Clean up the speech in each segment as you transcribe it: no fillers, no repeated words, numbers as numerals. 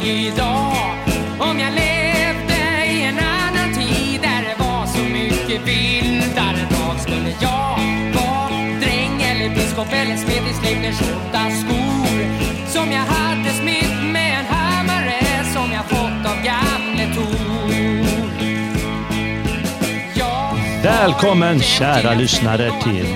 idag. Om jag levde i en annan tid där det var så mycket vildare dag, skulle jag vara dräng eller biskop eller smed i Sleipners våta skor, som jag hade smitt med en hammare som jag fått av gamle Tor. Välkommen kära lyssnare till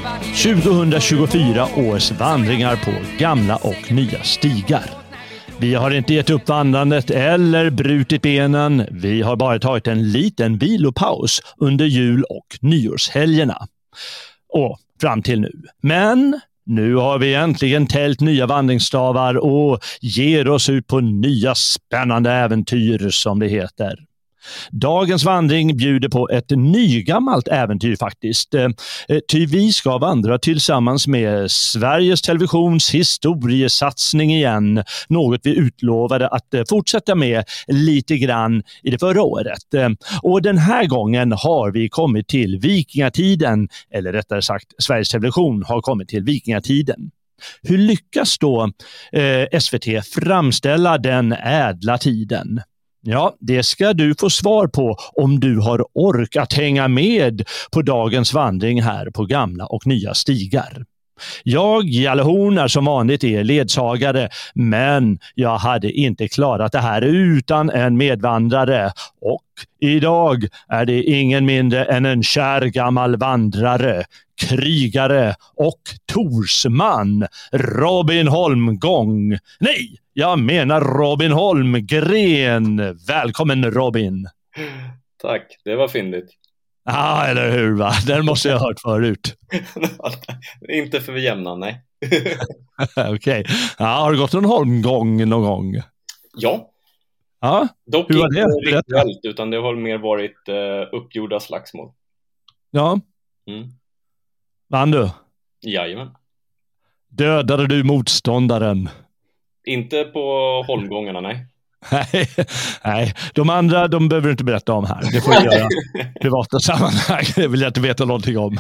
2024 års vandringar på gamla och nya stigar. Vi har inte gett upp vandrandet eller brutit benen. Vi har bara tagit en liten vilopaus under jul- och nyårshelgerna. Och fram till nu. Men nu har vi äntligen tält nya vandringsstavar och ger oss ut på nya spännande äventyr, som det heter. Dagens vandring bjuder på ett nygammalt äventyr faktiskt. Ty vi ska vandra tillsammans med Sveriges Televisions historiesatsning igen. Något vi utlovade att fortsätta med lite grann i det förra året. Och den här gången har vi kommit till vikingatiden. Eller rättare sagt, Sveriges Television har kommit till vikingatiden. Hur lyckas då SVT framställa den ädla tiden? Ja, det ska du få svar på om du har orkat hänga med på dagens vandring här på gamla och nya stigar. Jag, Jalle Horn, är som vanligt er ledsagare, men jag hade inte klarat det här utan en medvandrare. Och idag är det ingen mindre än en kär gammal vandrare, krigare och torsman, Robin Holmgång. Nej, jag menar Robin Holmgren. Välkommen Robin. Tack, det var fyndigt. Ja, eller hur va? Den måste jag ha hört förut. Inte för jämna, nej. Okej. Ja, har du gått en holmgång någon gång? Ja. Ja. Dock hur var inte det? rituellt, utan det har mer varit uppgjorda slagsmål. Ja. Vann du? Jajamän. Dödade du motståndaren? Inte på holmgångarna, nej. Nej, de andra de behöver du inte berätta om här. Det får jag göra privata sammanhang. Det vill jag inte veta någonting om.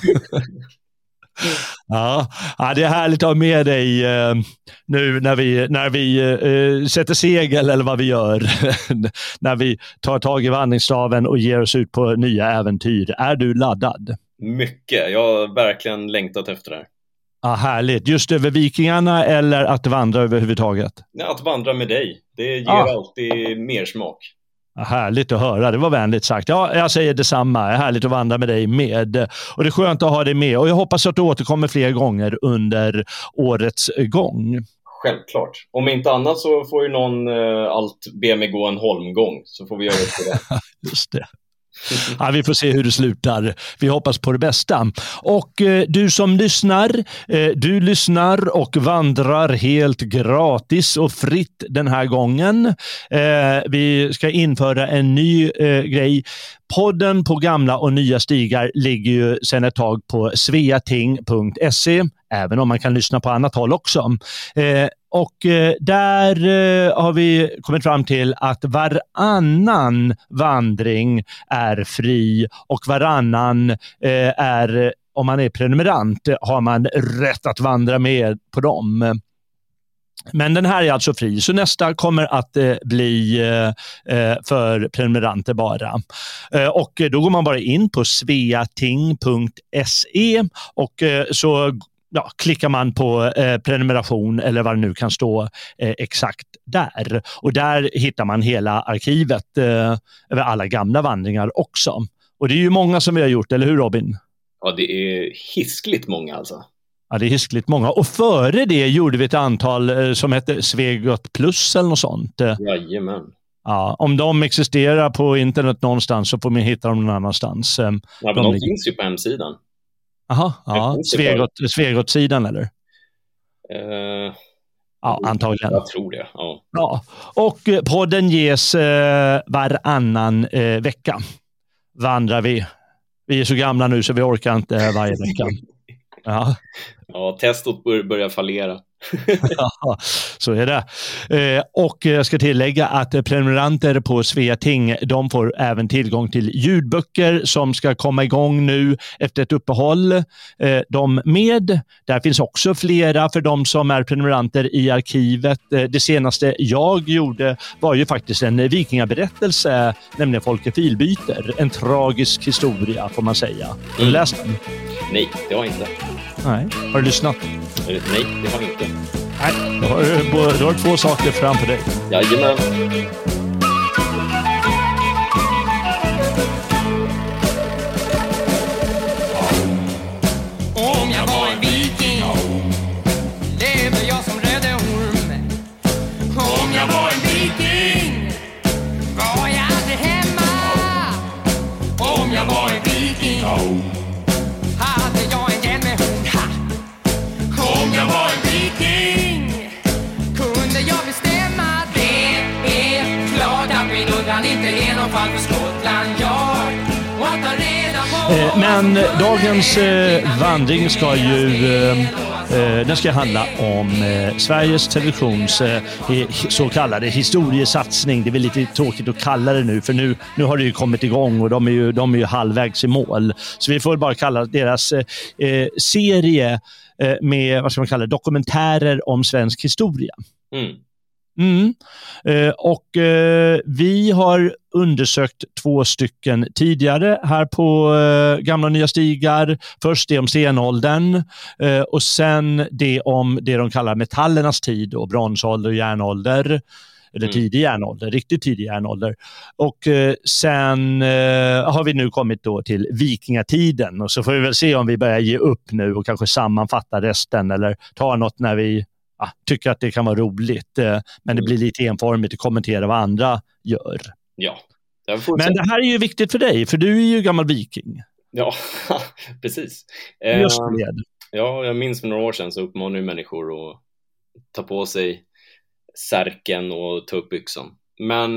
Ja, det är härligt att ha med dig nu när vi sätter segel eller vad vi gör. När vi tar tag i vandringsstaven och ger oss ut på nya äventyr. Är du laddad? Mycket. Jag har verkligen längtat efter det här. Ja, härligt. Just över vikingarna eller att vandra överhuvudtaget? Ja, att vandra med dig. Det ger alltid mer smak. Ja, härligt att höra. Det var vänligt sagt. Ja, jag säger detsamma. Det är härligt att vandra med dig med. Och det är skönt att ha dig med. Och jag hoppas att du återkommer fler gånger under årets gång. Självklart. Om inte annat så får ju någon allt be mig gå en holmgång. Så får vi göra det på det. Just det. Ja, vi får se hur det slutar. Vi hoppas på det bästa. Och du som lyssnar, du lyssnar och vandrar helt gratis och fritt den här gången. Vi ska införa en ny grej. Podden på gamla och nya stigar ligger ju sedan ett tag på sveating.se, även om man kan lyssna på annat håll också. Och där har vi kommit fram till att varannan vandring är fri och varannan är, om man är prenumerant, har man rätt att vandra med på dem. Men den här är alltså fri, så nästa kommer att bli för prenumeranter bara. Och då går man bara in på sveating.se och så klickar man på prenumeration eller vad det nu kan stå exakt där. Och där hittar man hela arkivet över alla gamla vandringar också. Och det är ju många som vi har gjort, eller hur Robin? Ja, det är hiskligt många alltså. Ja, det är hiskligt många. Och före det gjorde vi ett antal som hette Svegot Plus eller något sånt. Jajamän. Ja, om de existerar på internet någonstans så får man hitta dem någon annanstans. Ja, men de finns ju på hemsidan. Jaha, ja. Svegot-sidan eller? Ja, antagligen. Jag tror det, ja. Ja. Och podden ges varannan vecka. Vandrar vi. Vi är så gamla nu så vi orkar inte varje vecka. Ja, testot börjar fallera. Ja, så är det. Och jag ska tillägga att prenumeranter på Sveating, de får även tillgång till ljudböcker som ska komma igång nu efter ett uppehåll. Där finns också flera för de som är prenumeranter i arkivet. Det senaste jag gjorde var ju faktiskt en vikingaberättelse, nämligen Folke Filbyter. En tragisk historia får man säga. Har du läst den? Nej, det har jag inte. Nej. Har du lyssnat? Nej, det har jag inte. Nej, då har du två saker framför dig. Jajamän. Om jag var en viking levde jag som Röde Orm. Om jag var en viking var jag aldrig hemma. Om jag var en viking hade jag en hjälm med horn. Ha! Om jag var en viking kunde jag bestämma. Det är klart att min undran inte är någon fall för Skottland Yard. Och att ta reda på Men dagens vandring ska ju den ska handla om Sveriges Televisions så kallade historiesatsning. Det är väl lite tråkigt att kalla det nu, för nu har det ju kommit igång och de är ju halvvägs i mål. Så vi får bara kalla deras serie med, vad ska man kalla det, dokumentärer om svensk historia. Vi har undersökt 2 stycken tidigare här på Gamla och Nya Stigar. Först det om stenåldern och sen det om det de kallar metallernas tid och bronsålder och järnålder. Eller tidig järnålder, riktigt tidig järnålder. Och sen har vi nu kommit då till vikingatiden. Och så får vi väl se om vi börjar ge upp nu och kanske sammanfatta resten eller ta något när vi tycker att det kan vara roligt. Men det blir lite enformigt att kommentera vad andra gör. Ja. Men det här är ju viktigt för dig, för du är ju gammal viking. Ja, precis. Just det. Ja, jag minns för några år sedan så uppmanade ju människor att ta på sig särken och ta upp byxan. Men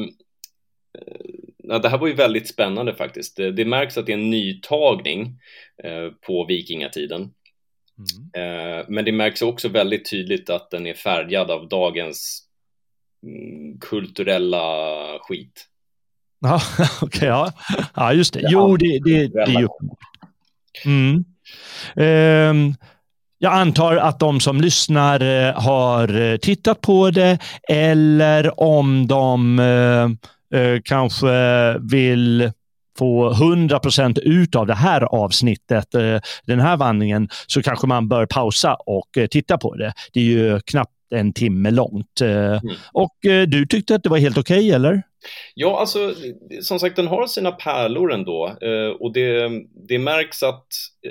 det här var ju väldigt spännande faktiskt. Det märks att det är en nytagning på vikingatiden. Men det märks också väldigt tydligt att den är färgad av dagens kulturella skit. Ja, okej, ja, just det. Jo, det är ju jag antar att de som lyssnar har tittat på det, eller om de kanske vill få 100% ut av det här avsnittet, den här vandringen, så kanske man bör pausa och titta på det. Det är ju knappt en timme långt. Och du tyckte att det var helt okej, eller? Ja, alltså som sagt, den har sina pärlor ändå. Och det märks att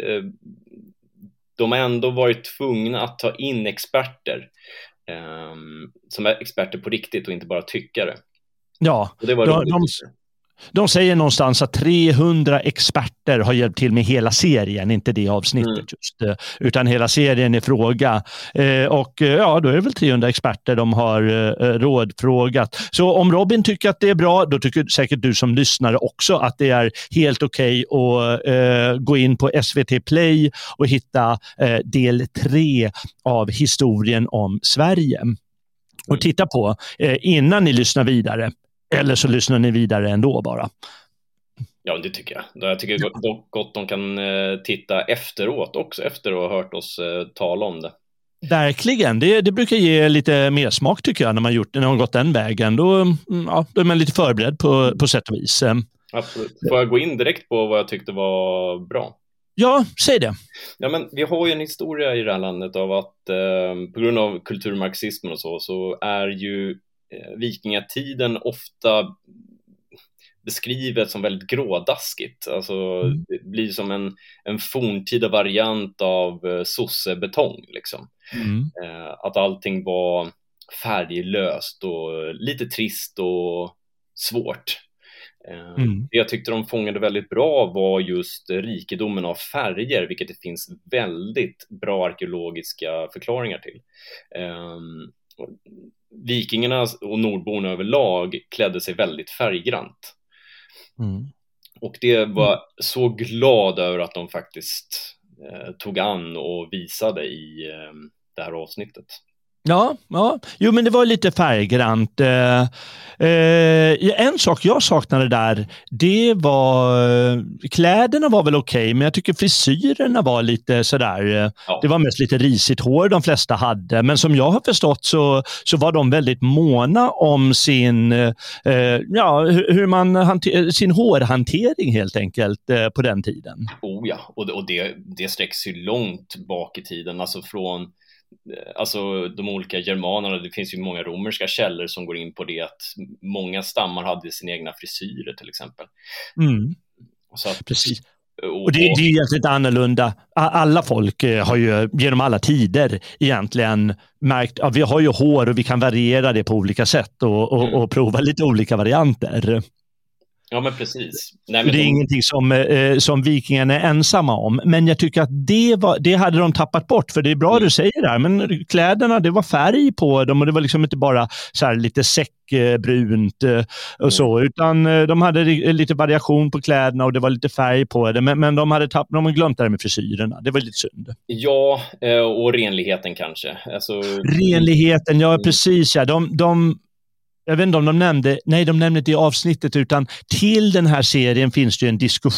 de har ändå varit tvungna att ta in experter som är experter på riktigt och inte bara tyckare. Ja, och det var de säger någonstans att 300 experter har hjälpt till med hela serien, inte det avsnittet just, utan hela serien i fråga. Och ja, då är det väl 300 experter de har rådfrågat. Så om Robin tycker att det är bra, då tycker säkert du som lyssnare också att det är helt okej att gå in på SVT Play och hitta del 3 av historien om Sverige. Och titta på innan ni lyssnar vidare. Eller så lyssnar ni vidare ändå bara. Ja, det tycker jag. Jag tycker gott de kan titta efteråt också, efter att ha hört oss tala om det. Verkligen. Det brukar ge lite mer smak tycker jag när man har gått den vägen. Då är man lite förberedd på sätt och vis. Absolut. Får jag gå in direkt på vad jag tyckte var bra? Ja, säg det. Ja, men vi har ju en historia i det här landet av att på grund av kulturmarxismen och så är ju vikingatiden ofta beskrivet som väldigt grådaskigt. Alltså det blir som en forntida variant av sossebetong liksom. Att allting var färglöst och lite trist och svårt. Det jag tyckte de fångade väldigt bra var just rikedomen av färger, vilket det finns väldigt bra arkeologiska förklaringar till. Vikingarna och nordborna överlag klädde sig väldigt färggrant. Och det var så glad över att de faktiskt tog an och visade i det här avsnittet. Ja. Jo, men det var lite färggrant. En sak jag saknade där, det var kläderna var väl okej, men jag tycker frisyrerna var lite sådär. Det var mest lite risigt hår de flesta hade, men som jag har förstått så var de väldigt måna om sin hur man sin hårhantering helt enkelt på den tiden. Oh ja, och det sträcks ju långt bak i tiden, alltså från de olika germanerna. Det finns ju många romerska källor som går in på det, att många stammar hade sina egna frisyrer till exempel. Så att, precis. Och det är egentligen annorlunda. Alla folk har ju genom alla tider egentligen märkt att vi har ju hår och vi kan variera det på olika sätt och prova lite olika varianter. Ja, men precis. Nej, men det är ingenting som vikingarna är ensamma om. Men jag tycker att det hade de tappat bort. För det är bra du säger där. Men kläderna, det var färg på dem. Och det var liksom inte bara så här lite säckbrunt och så. Utan de hade lite variation på kläderna och det var lite färg på det. Men de hade glömt det med frisyrerna. Det var lite synd. Ja, och renligheten kanske. Renligheten, ja precis. Ja. Jag vet inte om de nämnde det i avsnittet, utan till den här serien finns det ju en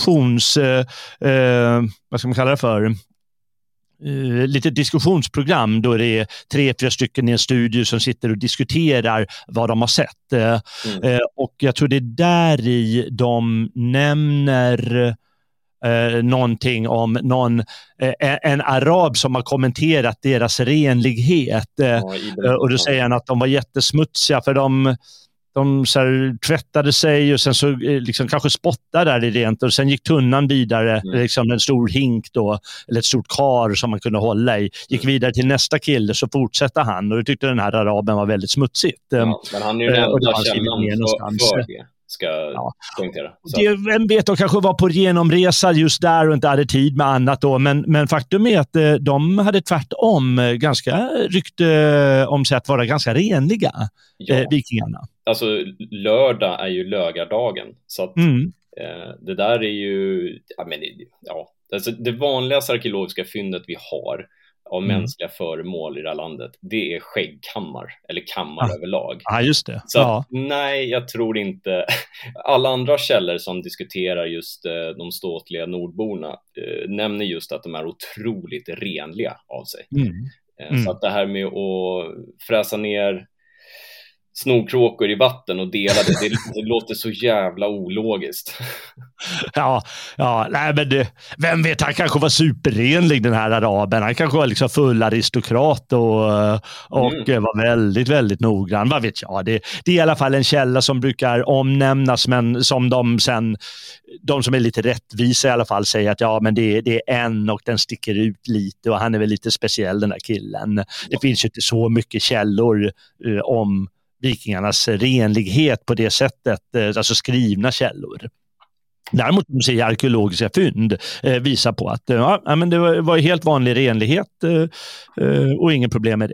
vad ska man kalla det för? Lite diskussionsprogram då det är 3-4 stycken i en studio som sitter och diskuterar vad de har sett. Och jag tror det är där i de nämner någonting om en arab som har kommenterat deras renlighet. Och då säger han att de var jättesmutsiga för de så här, tvättade sig och sen så liksom kanske spottade där i rent och sen gick tunnan vidare, liksom en stor hink då, eller ett stort kar som man kunde hålla i, gick vidare till nästa kille, så fortsatte han och då tyckte den här araben var väldigt smutsigt. Men han är ju den enda källan för det. Ska poängtera. Vem vet, de kanske var på genomresa just där och inte hade tid med annat då, men faktum är att de hade tvärtom ganska rykte om sig att vara ganska renliga, vikingarna. Alltså lördag är ju lögardagen, så att det där är ju alltså, det vanligaste arkeologiska fyndet vi har av mänskliga föremål i det här landet, det är skäggkammar eller kammar överlag. Ja, just det. Så nej, jag tror inte. Alla andra källor som diskuterar just de ståtliga nordborna nämner just att de är otroligt renliga av sig. Så att det här med att fräsa ner snorkråkor i vatten och dela det låter så jävla ologiskt. Nej, men vem vet, han kanske var superrenlig, den här araben. Han kanske var liksom full aristokrat och var väldigt, väldigt noggrann. Vad vet jag? Det är i alla fall en källa som brukar omnämnas, men som de som är lite rättvisa i alla fall säger att men det är en och den sticker ut lite och han är väl lite speciell, den där killen. Det finns ju inte så mycket källor om vikingarnas renlighet på det sättet, alltså skrivna källor. Däremot de säger arkeologiska fynd visar på att men det var helt vanlig renlighet och inget problem med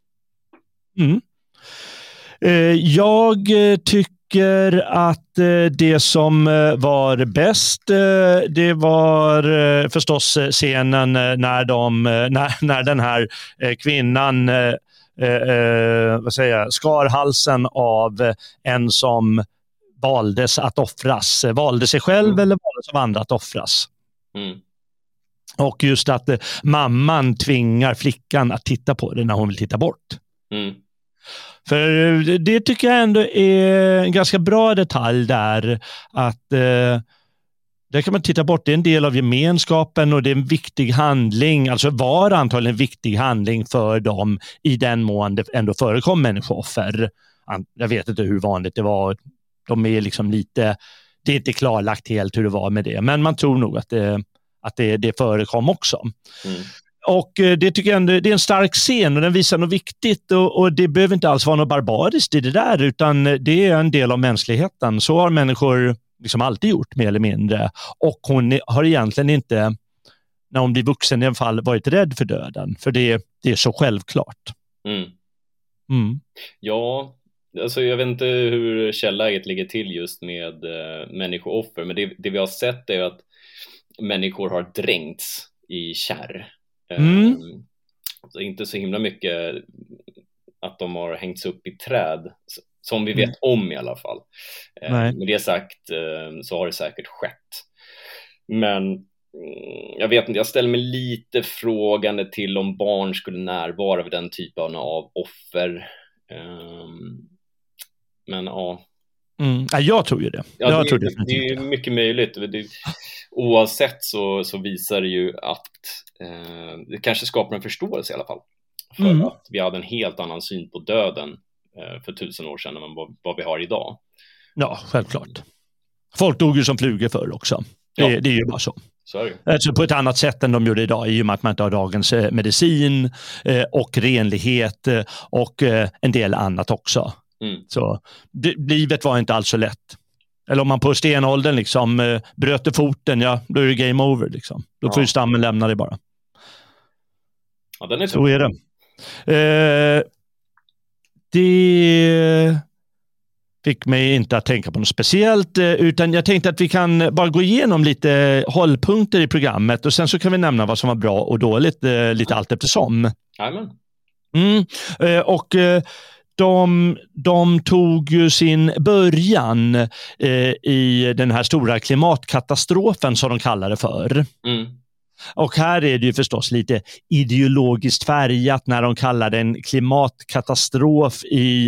det. Jag tycker att det som var bäst, det var förstås scenen när den här kvinnan skar halsen av en som valdes att offras. Valde sig själv eller valdes av andra att offras. Och just att mamman tvingar flickan att titta på det när hon vill titta bort. För det tycker jag ändå är en ganska bra detalj där, att där kan man titta bort, det är en del av gemenskapen och det är en viktig handling, alltså var antagligen en viktig handling för dem i den mån det ändå förekom människooffer. Jag vet inte hur vanligt det var, de är liksom lite, det är inte klarlagt helt hur det var med det, men man tror nog att det förekom också. Och det tycker jag ändå, det är en stark scen och den visar något viktigt och det behöver inte alls vara något barbariskt i det där, utan det är en del av mänskligheten. Så har människor liksom alltid gjort, mer eller mindre. Och hon har egentligen inte, när hon blir vuxen i alla fall, varit rädd för döden. För det är så självklart. Ja, alltså jag vet inte hur källäget ligger till just med människooffer, men det vi har sett är att människor har dränkts i kärr. Så inte så himla mycket att de har hängts upp i träd som vi vet om i alla fall. Med det sagt så har det säkert skett. Men jag vet inte, jag ställer mig lite frågande till om barn skulle närvara vid den typen av offer. Men ja. Jag tror ju det. Ja, det är mycket möjligt. Oavsett så visar det ju att det kanske skapar en förståelse i alla fall. För att vi hade en helt annan syn på döden för 1000 år sedan än vad vi har idag. Ja, självklart. Folk dog ju som flugor förr också. Det är ju bara så. Alltså på ett annat sätt än de gjorde idag, i och med att man inte har dagens medicin och renlighet och en del annat också. Så livet var inte alls så lätt. Eller om man på stenåldern liksom bröt foten, då är det game over liksom. Då får ju stammen lämna det bara. Ja, den är så är det. Det fick mig inte att tänka på något speciellt, utan jag tänkte att vi kan bara gå igenom lite hållpunkter i programmet och sen så kan vi nämna vad som var bra och dåligt lite allt eftersom. Amen. Och de tog ju sin början i den här stora klimatkatastrofen som de kallar det för. Och här är det ju förstås lite ideologiskt färgat när de kallar det en klimatkatastrof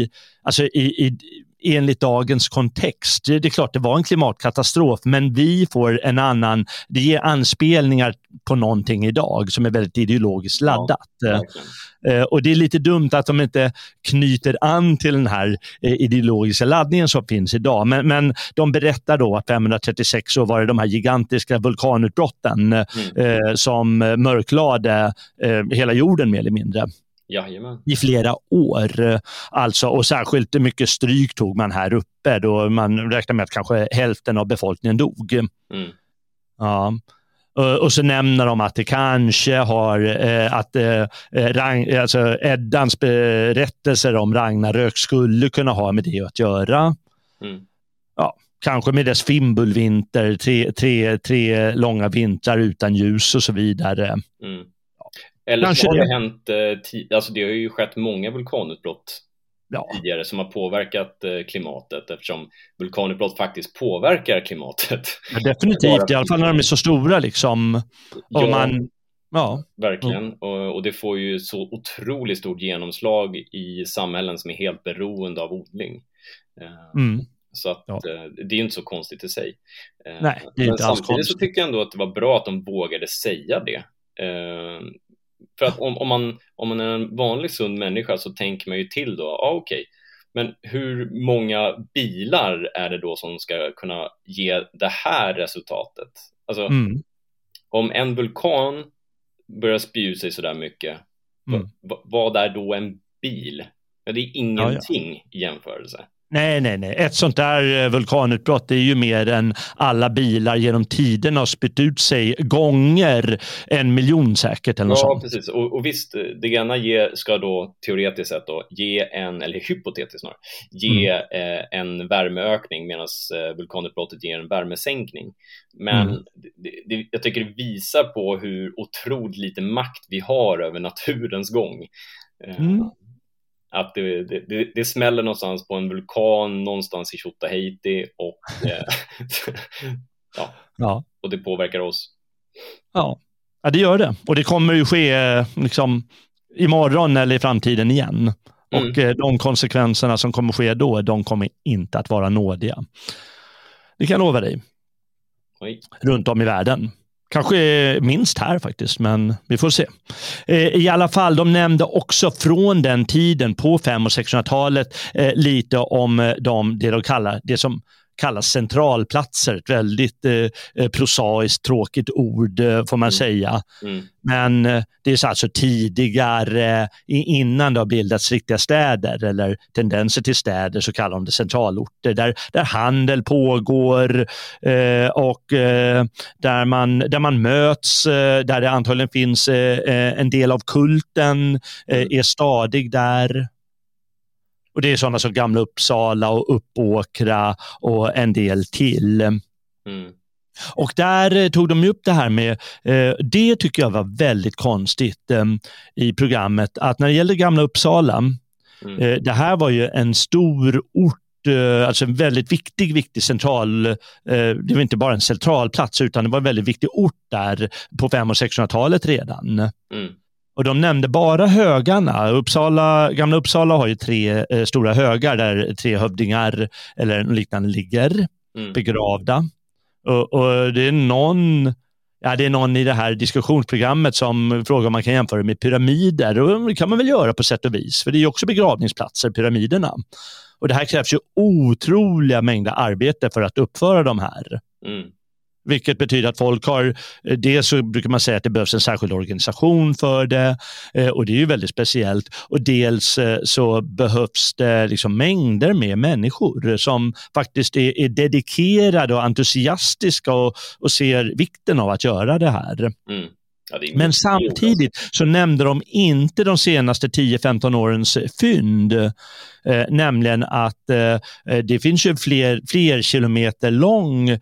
enligt dagens kontext. Det är klart det var en klimatkatastrof, men vi får det ger anspelningar på någonting idag som är väldigt ideologiskt laddat. Och det är lite dumt att de inte knyter an till den här ideologiska laddningen som finns idag. Men de berättar då att 536 så var det de här gigantiska vulkanutbrotten som mörklade hela jorden mer eller mindre. Jajamän. I flera år. Alltså, och särskilt mycket stryk tog man här uppe då man räknar med att kanske hälften av befolkningen dog. Ja. Och så nämner de att det kanske har Eddans berättelser om Ragnarök skulle kunna ha med det att göra. Ja, kanske med dess fimbulvinter, tre långa vintrar utan ljus och så vidare. Eller kanske så har det hänt, alltså det har ju skett många vulkanutbrott tidigare som har påverkat klimatet, eftersom vulkanutbrott faktiskt påverkar klimatet. Ja, definitivt, i alla fall när de är så stora liksom. Verkligen. Och det får ju så otroligt stort genomslag i samhällen som är helt beroende av odling. Så att det är ju inte så konstigt i sig. Nej, det är men inte alls samtidigt så tycker jag ändå att det var bra att de vågade säga det. För att om man är en vanlig sund människa så tänker man ju till då, okej. Men hur många bilar är det då som ska kunna ge det här resultatet? Alltså, om en vulkan börjar spy sig så där mycket, vad är då en bil? Ja, det är ingenting i jämförelse. Nej. Ett sånt där vulkanutbrott är ju mer än alla bilar genom tiden har spytt ut sig gånger 1 miljon säkert eller något sånt. Precis. Och visst, det ena ska då teoretiskt sett då eller hypotetiskt snarare, ge en värmeökning medan vulkanutbrottet ger en värmesänkning. Men jag tycker det visar på hur otroligt lite makt vi har över naturens gång. Att det smäller någonstans på en vulkan någonstans i Tjotahejti och och det påverkar oss. Ja, det gör det. Och det kommer ju ske liksom imorgon eller i framtiden igen. Och de konsekvenserna som kommer ske då, de kommer inte att vara nådiga. Det kan jag lova dig. Runt om i världen. Kanske minst här faktiskt, men vi får se. I alla fall, de nämnde också från den tiden på 500- och 600-talet lite om det som kallas centralplatser. Ett väldigt prosaiskt, tråkigt ord får man säga. Men det är så alltså tidigare, innan det har bildats riktiga städer eller tendenser till städer, så kallar de det centralorter där handel pågår och där man möts, där det antagligen finns en del av kulten är stadig där. Och det är sådana som Gamla Uppsala och Uppåkra och en del till. Och där tog de upp det här med, det tycker jag var väldigt konstigt i programmet, att när det gäller Gamla Uppsala, det här var ju en stor ort, alltså en väldigt viktig central, det var inte bara en centralplats utan det var en väldigt viktig ort där på 500- och 600-talet redan. Och de nämnde bara högarna. Gamla Uppsala har ju 3 stora högar där 3 hövdingar eller liknande ligger begravda. Och det är någon i det här diskussionsprogrammet som frågar om man kan jämföra med pyramider, och det kan man väl göra på sätt och vis, för det är ju också begravningsplatser, pyramiderna. Och det här krävs ju otroliga mängder arbete för att uppföra de här. Vilket betyder att folk har, det så brukar man säga att det behövs en särskild organisation för det, och det är ju väldigt speciellt. Och dels så behövs det liksom mängder med människor som faktiskt är dedikerade och entusiastiska och ser vikten av att göra det här. Ja, men samtidigt så nämnde de inte de senaste 10-15 årens fynd, nämligen att det finns ju fler kilometer lång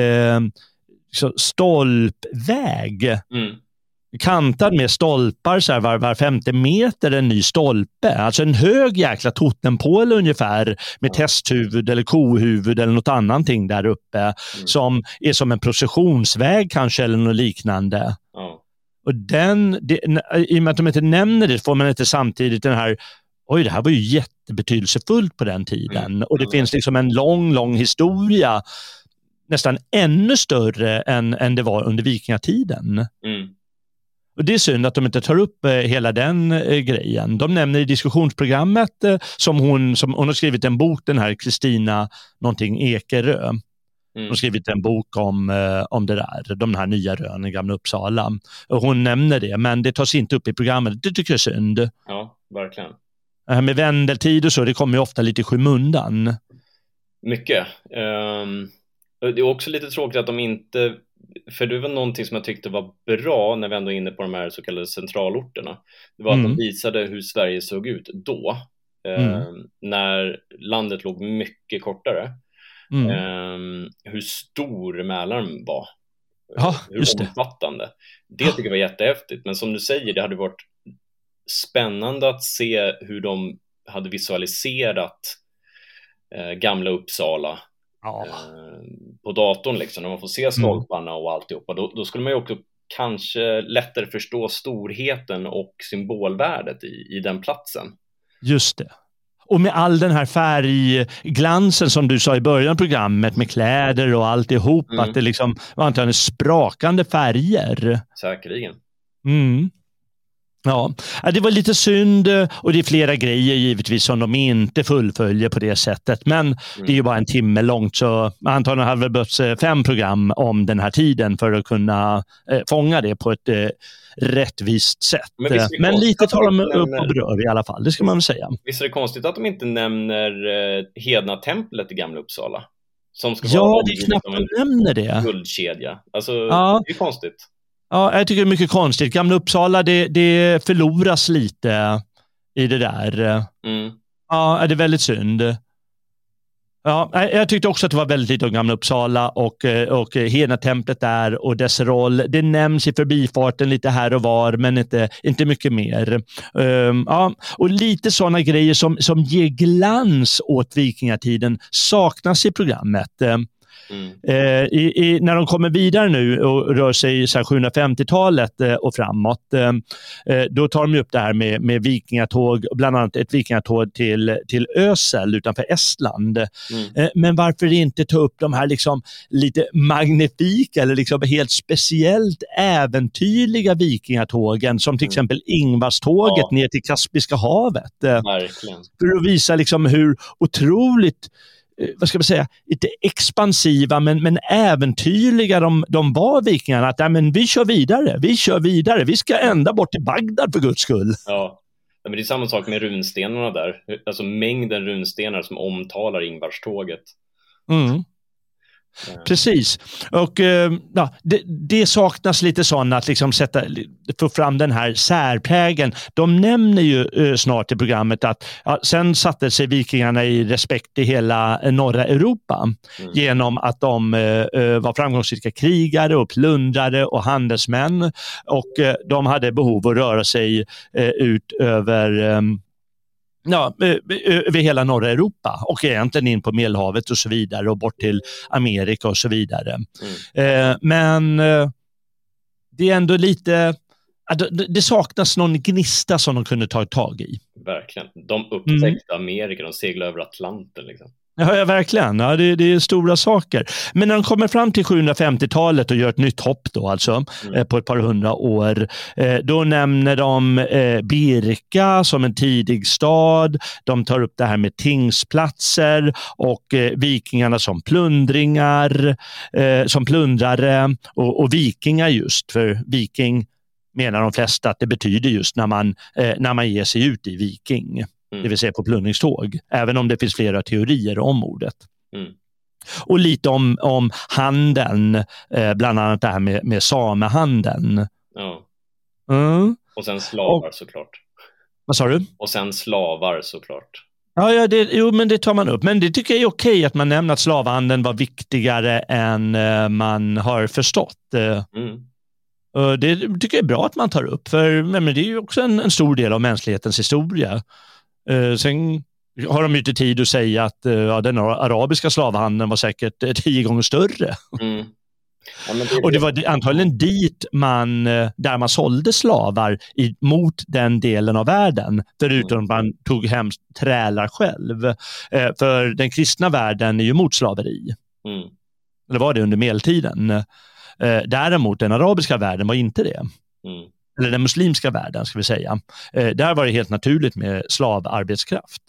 stolpväg, kantad med stolpar så här, var 50 meter en ny stolpe, alltså en hög jäkla totempål ungefär med testhuvud eller kohuvud eller något annanting där uppe som är som en processionsväg kanske eller något liknande. Och i och med att de inte nämner det får man inte samtidigt den här, det här var ju jättebetydelsefullt på den tiden. Och det finns liksom en lång historia, nästan ännu större än det var under vikingatiden. Och det är synd att de inte tar upp hela den grejen. De nämner i diskussionsprogrammet som hon har skrivit en bok, den här Kristina någonting Ekerö. Hon har skrivit en bok om det där, de här nya rön i Gamla Uppsala. Och hon nämner det, men det tas inte upp i programmet. Det tycker jag är synd. Ja, verkligen. Det här med vändeltid och så, det kommer ju ofta lite i skymundan. Mycket. Det är också lite tråkigt att de inte, för det var någonting som jag tyckte var bra när vi ändå är inne på de här så kallade centralorterna. Det var att de visade hur Sverige såg ut då, när landet låg mycket kortare. Hur stor Mälaren var, hur omfattande. Det tycker jag var jättehäftigt. Men som du säger, det hade varit spännande att se hur de hade visualiserat Gamla Uppsala på datorn liksom, när man får se stolparna och alltihopa. Då skulle man ju också kanske lättare förstå storheten och symbolvärdet i den platsen. Just det. Och med all den här färgglansen som du sa i början av programmet med kläder och alltihop, att det liksom var antagligen sprakande färger. Säkerligen. Ja, det var lite synd, och det är flera grejer givetvis som de inte fullföljer på det sättet, men det är ju bara en timme långt, så antagligen hade det behövts 5 program om den här tiden för att kunna fånga det på ett rättvist sätt. Men lite tar de upp och berör i alla fall, det ska man väl säga. Visst är det konstigt att de inte nämner Hedna-templet i Gamla Uppsala? Som ska vara det är knappt de nämner det. Guldkedja. Alltså, det är konstigt. Ja, jag tycker det är mycket konstigt. Gamla Uppsala, det förloras lite i det där. Ja, det är väldigt synd. Ja, jag tyckte också att det var väldigt lite om Gamla Uppsala och Hedna-templet där och dess roll. Det nämns i förbifarten lite här och var, men inte mycket mer. Ja, och lite sådana grejer som ger glans åt vikingatiden saknas i programmet. När de kommer vidare nu och rör sig i 750-talet och framåt, då tar de upp det här med vikingatåg, bland annat ett vikingatåg till Ösel utanför Estland. Men varför inte ta upp de här liksom lite magnifika eller liksom helt speciellt äventyrliga vikingatågen som till exempel Ingvarståget ner till Kaspiska havet. Verkligen. För att visa liksom hur otroligt, vad ska man säga, inte expansiva men äventyrliga de var, vikingarna, att men vi kör vidare, vi ska ända bort till Bagdad för Guds skull. Ja, men det är samma sak med runstenarna där, alltså mängden runstenar som omtalar Ingvarståget. Precis. Och det saknas lite sådana att liksom få fram den här särprägen. De nämner ju snart i programmet att sen satte sig vikingarna i respekt i hela norra Europa genom att de var framgångsrika krigare och plundrare och handelsmän, och de hade behov att röra sig ut över hela norra Europa och egentligen in på Medelhavet och så vidare och bort till Amerika och så vidare. Men det är ändå lite, det saknas någon gnista som de kunde ta tag i. Verkligen. De upptäckte Amerika, de seglade över Atlanten liksom. Ja, verkligen. Ja, det är stora saker. Men när de kommer fram till 750-talet och gör ett nytt hopp då, alltså på ett par hundra år, då nämner de Birka som en tidig stad. De tar upp det här med tingsplatser och vikingarna som plundrare och vikingar, just för viking menar de flesta att det betyder just när man ger sig ut i viking. Det vill säga på plundringståg, även om det finns flera teorier om ordet. Och lite om handeln, bland annat det här med samehandeln. Ja. Och sen slavar såklart. Vad sa du? Och sen slavar såklart. Ja, men det tar man upp. Men det tycker jag är okej att man nämner att slavhandeln var viktigare än man har förstått. Det tycker jag är bra att man tar upp, för det är ju också en stor del av mänsklighetens historia. Sen har de ju inte tid att säga att den arabiska slavhandeln var säkert 10 gånger större. Ja, och det var antagligen dit där man sålde slavar mot den delen av världen, förutom att man tog hem trälar själv. För den kristna världen är ju mot slaveri. Eller var det under medeltiden. Däremot den arabiska världen var inte det. Eller den muslimska världen, ska vi säga. Där var det helt naturligt med slavarbetskraft.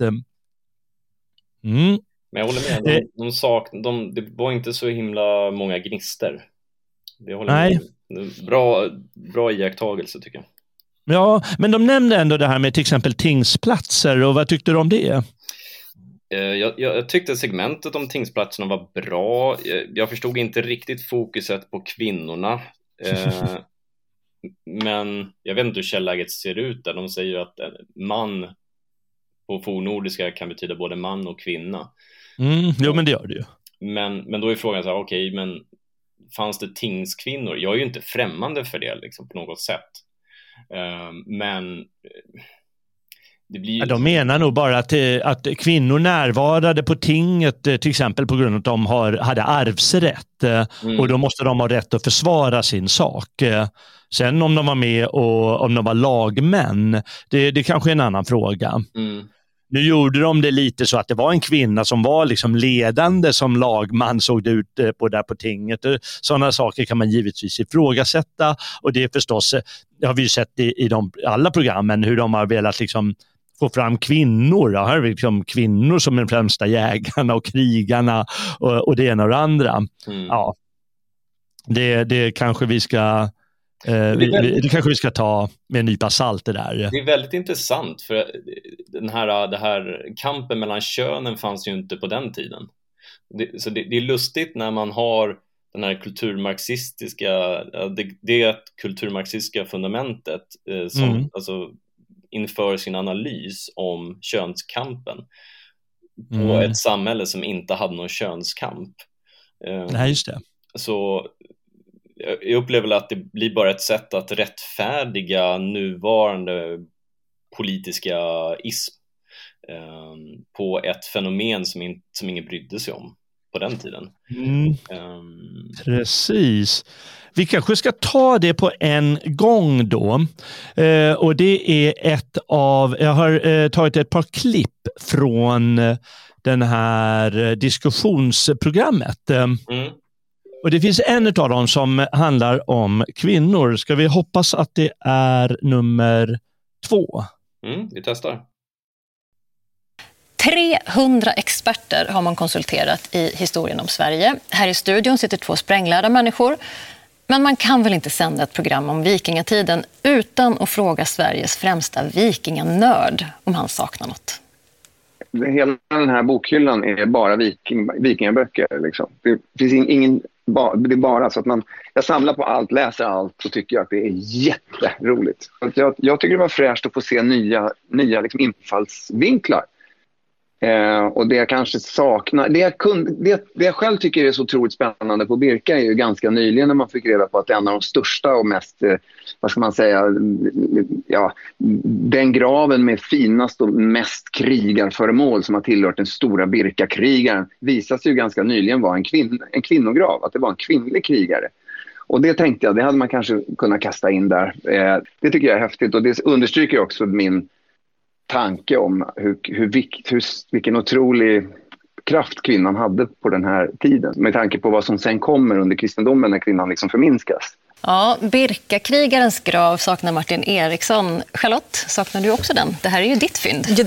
Men jag håller med. Det var inte så himla många gnister. Det håller Nej. Med. Bra iakttagelse tycker jag. Ja, men de nämnde ändå det här med till exempel tingsplatser, och vad tyckte du om det? Jag tyckte segmentet om tingsplatserna var bra. Jag förstod inte riktigt fokuset på kvinnorna. Men jag vet inte hur källäget ser ut där. De säger ju att man på fornnordiska kan betyda både man och kvinna. Jo, men det gör det ju. Men då är frågan så här, okej, men fanns det tingskvinnor? Jag är ju inte främmande för det liksom, på något sätt. Men det blir... De menar nog bara att kvinnor närvarade på tinget, till exempel på grund av att de hade arvsrätt. Och då måste de ha rätt att försvara sin sak. Sen om de var med och om de var lagmän, det kanske är en annan fråga. Nu gjorde de det lite så att det var en kvinna som var liksom ledande som lagman, såg det ut där på tinget. Sådana saker kan man givetvis ifrågasätta, och det är förstås, det har vi ju sett i alla programmen, hur de har velat liksom få fram kvinnor. Här har vi liksom kvinnor som är de främsta jägarna och krigarna och det ena och det andra. Ja, det kanske vi ska det kanske vi ska ta med en nypa salt det där. Det är väldigt intressant, för det här kampen mellan könen fanns ju inte på den tiden. Så det är lustigt när man har den här det kulturmarxistiska fundamentet som alltså inför sin analys om könskampen på ett samhälle som inte hade någon könskamp. Nej, just det. Så jag upplever att det blir bara ett sätt att rättfärdiga nuvarande politiska ism på ett fenomen som ingen brydde sig om på den tiden. Precis. Vi kanske ska ta det på en gång då. Och det är jag har tagit ett par klipp från den här diskussionsprogrammet. Och det finns en av dem som handlar om kvinnor. Ska vi hoppas att det är nummer 2? Vi testar. 300 experter har man konsulterat i historien om Sverige. Här i studion sitter 2 spränglärda människor. Men man kan väl inte sända ett program om vikingatiden utan att fråga Sveriges främsta vikinganörd om han saknar något. hela den här bokhyllan är bara vikingaböcker. Liksom. Det finns ingen... Det är bara så att jag samlar på allt, läser allt och tycker att det är jätteroligt. Jag tycker det var fräscht att få se nya liksom infallsvinklar. Och det jag kanske saknar, det jag själv tycker är så otroligt spännande på Birka är ju ganska nyligen när man fick reda på att en av de största och mest, vad ska man säga, den graven med finast och mest krigarföremål som har tillhört den stora Birka-krigaren visas ju ganska nyligen vara en kvinnograv, att det var en kvinnlig krigare. Och det tänkte jag, det hade man kanske kunnat kasta in där. Det tycker jag är häftigt och det understryker också min tanke om vilken otrolig kraft kvinnan hade på den här tiden. Med tanke på vad som sen kommer under kristendomen när kvinnan liksom förminskas. Ja, Birka-krigarens grav saknar Martin Eriksson. Charlotte, saknar du också den? Det här är ju ditt fynd. Ja,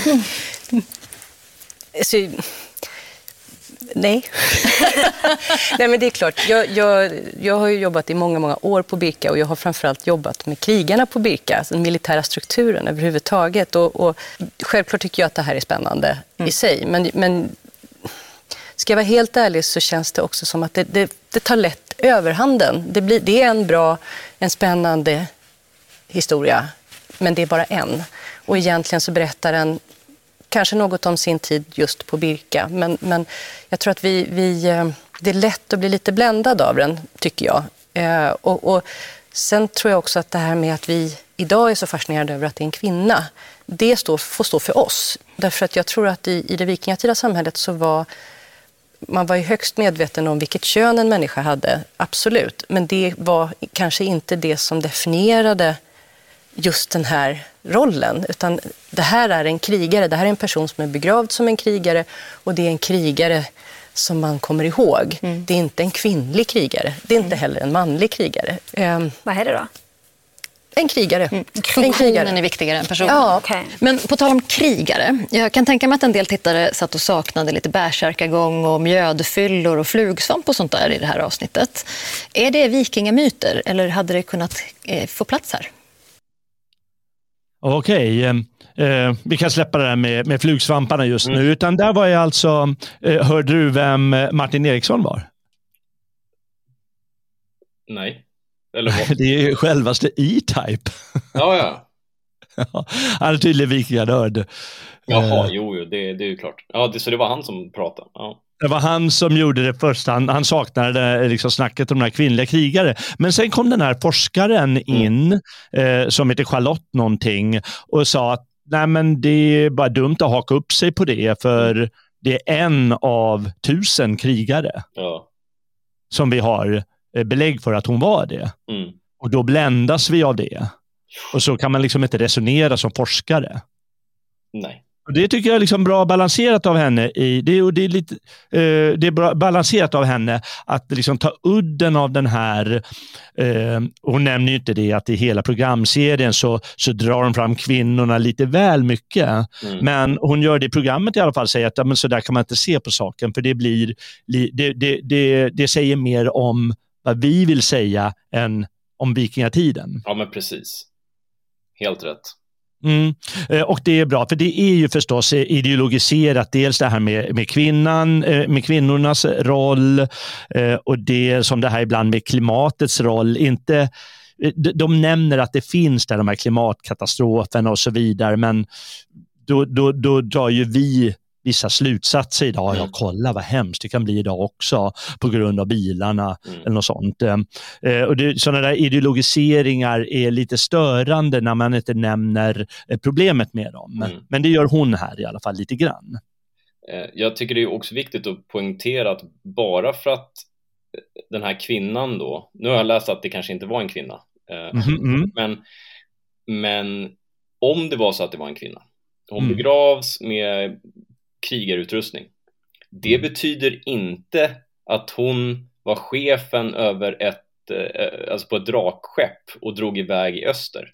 nej. Nej, men det är klart. Jag har ju jobbat i många år på Birka och jag har framförallt jobbat med krigarna på Birka, alltså den militära strukturen överhuvudtaget. Och självklart tycker jag att det här är spännande i sig. Men ska jag vara helt ärlig så känns det också som att det tar lätt överhanden. Det är en spännande historia, men det är bara en. Och egentligen så berättar den kanske något om sin tid just på Birka. Men jag tror att det är lätt att bli lite bländad av den, tycker jag. Och sen tror jag också att det här med att vi idag är så fascinerade över att det är en kvinna, det får stå för oss. Därför att jag tror att i det vikingatida samhället så var man var ju högst medveten om vilket kön en människa hade, absolut. Men det var kanske inte det som definierade just den här rollen, utan det här är en krigare, det här är en person som är begravd som en krigare och det är en krigare som man kommer ihåg. Det är inte en kvinnlig krigare, det är inte heller en manlig krigare. Vad är det då? En krigare. Funktionen är viktigare än personen. Ja, okay. Men på tal om krigare, jag kan tänka mig att en del tittare satt och saknade lite bärsärkagång och mjödfyllor och flugsvamp och sånt där i det här avsnittet. Är det vikingamyter eller hade det kunnat få plats här? Okej, vi kan släppa det där med flugsvamparna just nu. Utan där var jag alltså, hörde du vem Martin Eriksson var? Nej. Eller vad? Det är självaste E-Type. Ja. Han är tydligen vikinganörd. Jaha, jo, det är ju klart. Ja, så det var han som pratade. Ja. Det var han som gjorde det först. Han saknade liksom snacket om de här kvinnliga krigare. Men sen kom den här forskaren in som heter Charlotte någonting och sa att nej, men det är bara dumt att haka upp sig på det för det är en av 1000 krigare som vi har belägg för att hon var det. Och då bländas vi av det. Och så kan man liksom inte resonera som forskare. Nej. Och det tycker jag är liksom bra balanserat av henne. Det är bra balanserat av henne att liksom ta udden av den här. Hon nämner ju inte det att i hela programserien så drar hon fram kvinnorna lite väl mycket. Men hon gör det i programmet i alla fall, säger att men så där kan man inte se på saken för det blir det säger mer om vad vi vill säga än om vikingatiden. Ja, men precis. Helt rätt. Och det är bra, för det är ju förstås ideologiserat, dels det här med kvinnan, med kvinnornas roll och det som det här ibland med klimatets roll. Inte, de nämner att det finns där de här klimatkatastroferna och så vidare, men då drar ju vi vissa slutsatser idag. Ja, kolla vad hemskt det kan bli idag också på grund av bilarna eller något sånt. Och sådana där ideologiseringar är lite störande när man inte nämner problemet med dem. Men det gör hon här i alla fall lite grann. Jag tycker det är också viktigt att poängtera att bara för att den här kvinnan då, nu har jag läst att det kanske inte var en kvinna, men om det var så att det var en kvinna, hon begravs med krigarutrustning. Det betyder inte att hon var chefen över alltså på ett drakskepp och drog iväg i öster.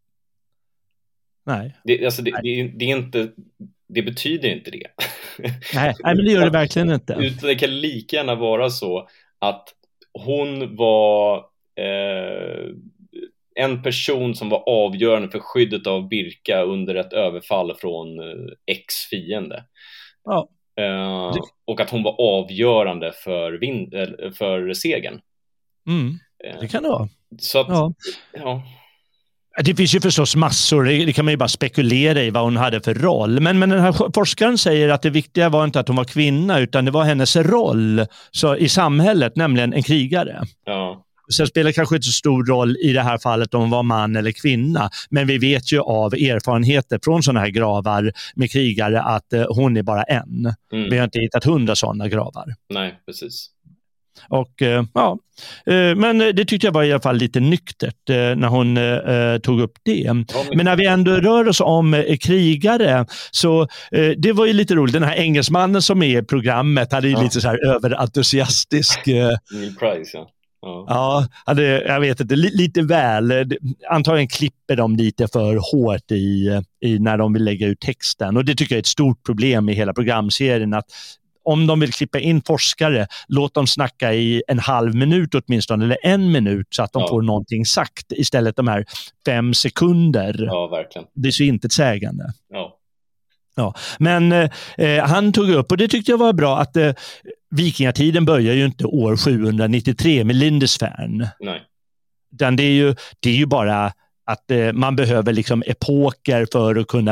Nej. Det är inte, det betyder inte det. Nej, men det gör det verkligen inte. Utan det kan lika gärna vara så att hon var en person som var avgörande för skyddet av Birka under ett överfall från ex-fiende. Ja. Och att hon var avgörande för segern. Det kan det vara. Så att, ja. Det finns ju förstås massor, det kan man ju bara spekulera i vad hon hade för roll. Men den här forskaren säger att det viktiga var inte att hon var kvinna, utan det var hennes roll i samhället, nämligen en krigare. Ja. Sen spelar kanske inte så stor roll i det här fallet om hon var man eller kvinna. Men vi vet ju av erfarenheter från sådana här gravar med krigare att hon är bara en. Vi har inte hittat 100 sådana gravar. Nej, precis. Och men det tyckte jag var i alla fall lite nyktert när hon tog upp det. Men när vi ändå rör oss om krigare, så det var ju lite roligt. Den här engelsmannen som är i programmet hade ju lite så här överentusiastisk Neil Price, Ja, jag vet inte, lite väl. Antagligen klipper de lite för hårt i när de vill lägga ut texten. Och det tycker jag är ett stort problem i hela programserien, att om de vill klippa in forskare, låt dem snacka i en halv minut åtminstone, eller 1 minut, så att de får någonting sagt, istället de här 5 sekunder. Ja, verkligen. Det är så intetsägande. Ja. Men han tog upp, och det tyckte jag var bra, att vikingatiden börjar ju inte år 793 med Lindisfarne. Nej. Utan det är ju bara att man behöver liksom epoker för att kunna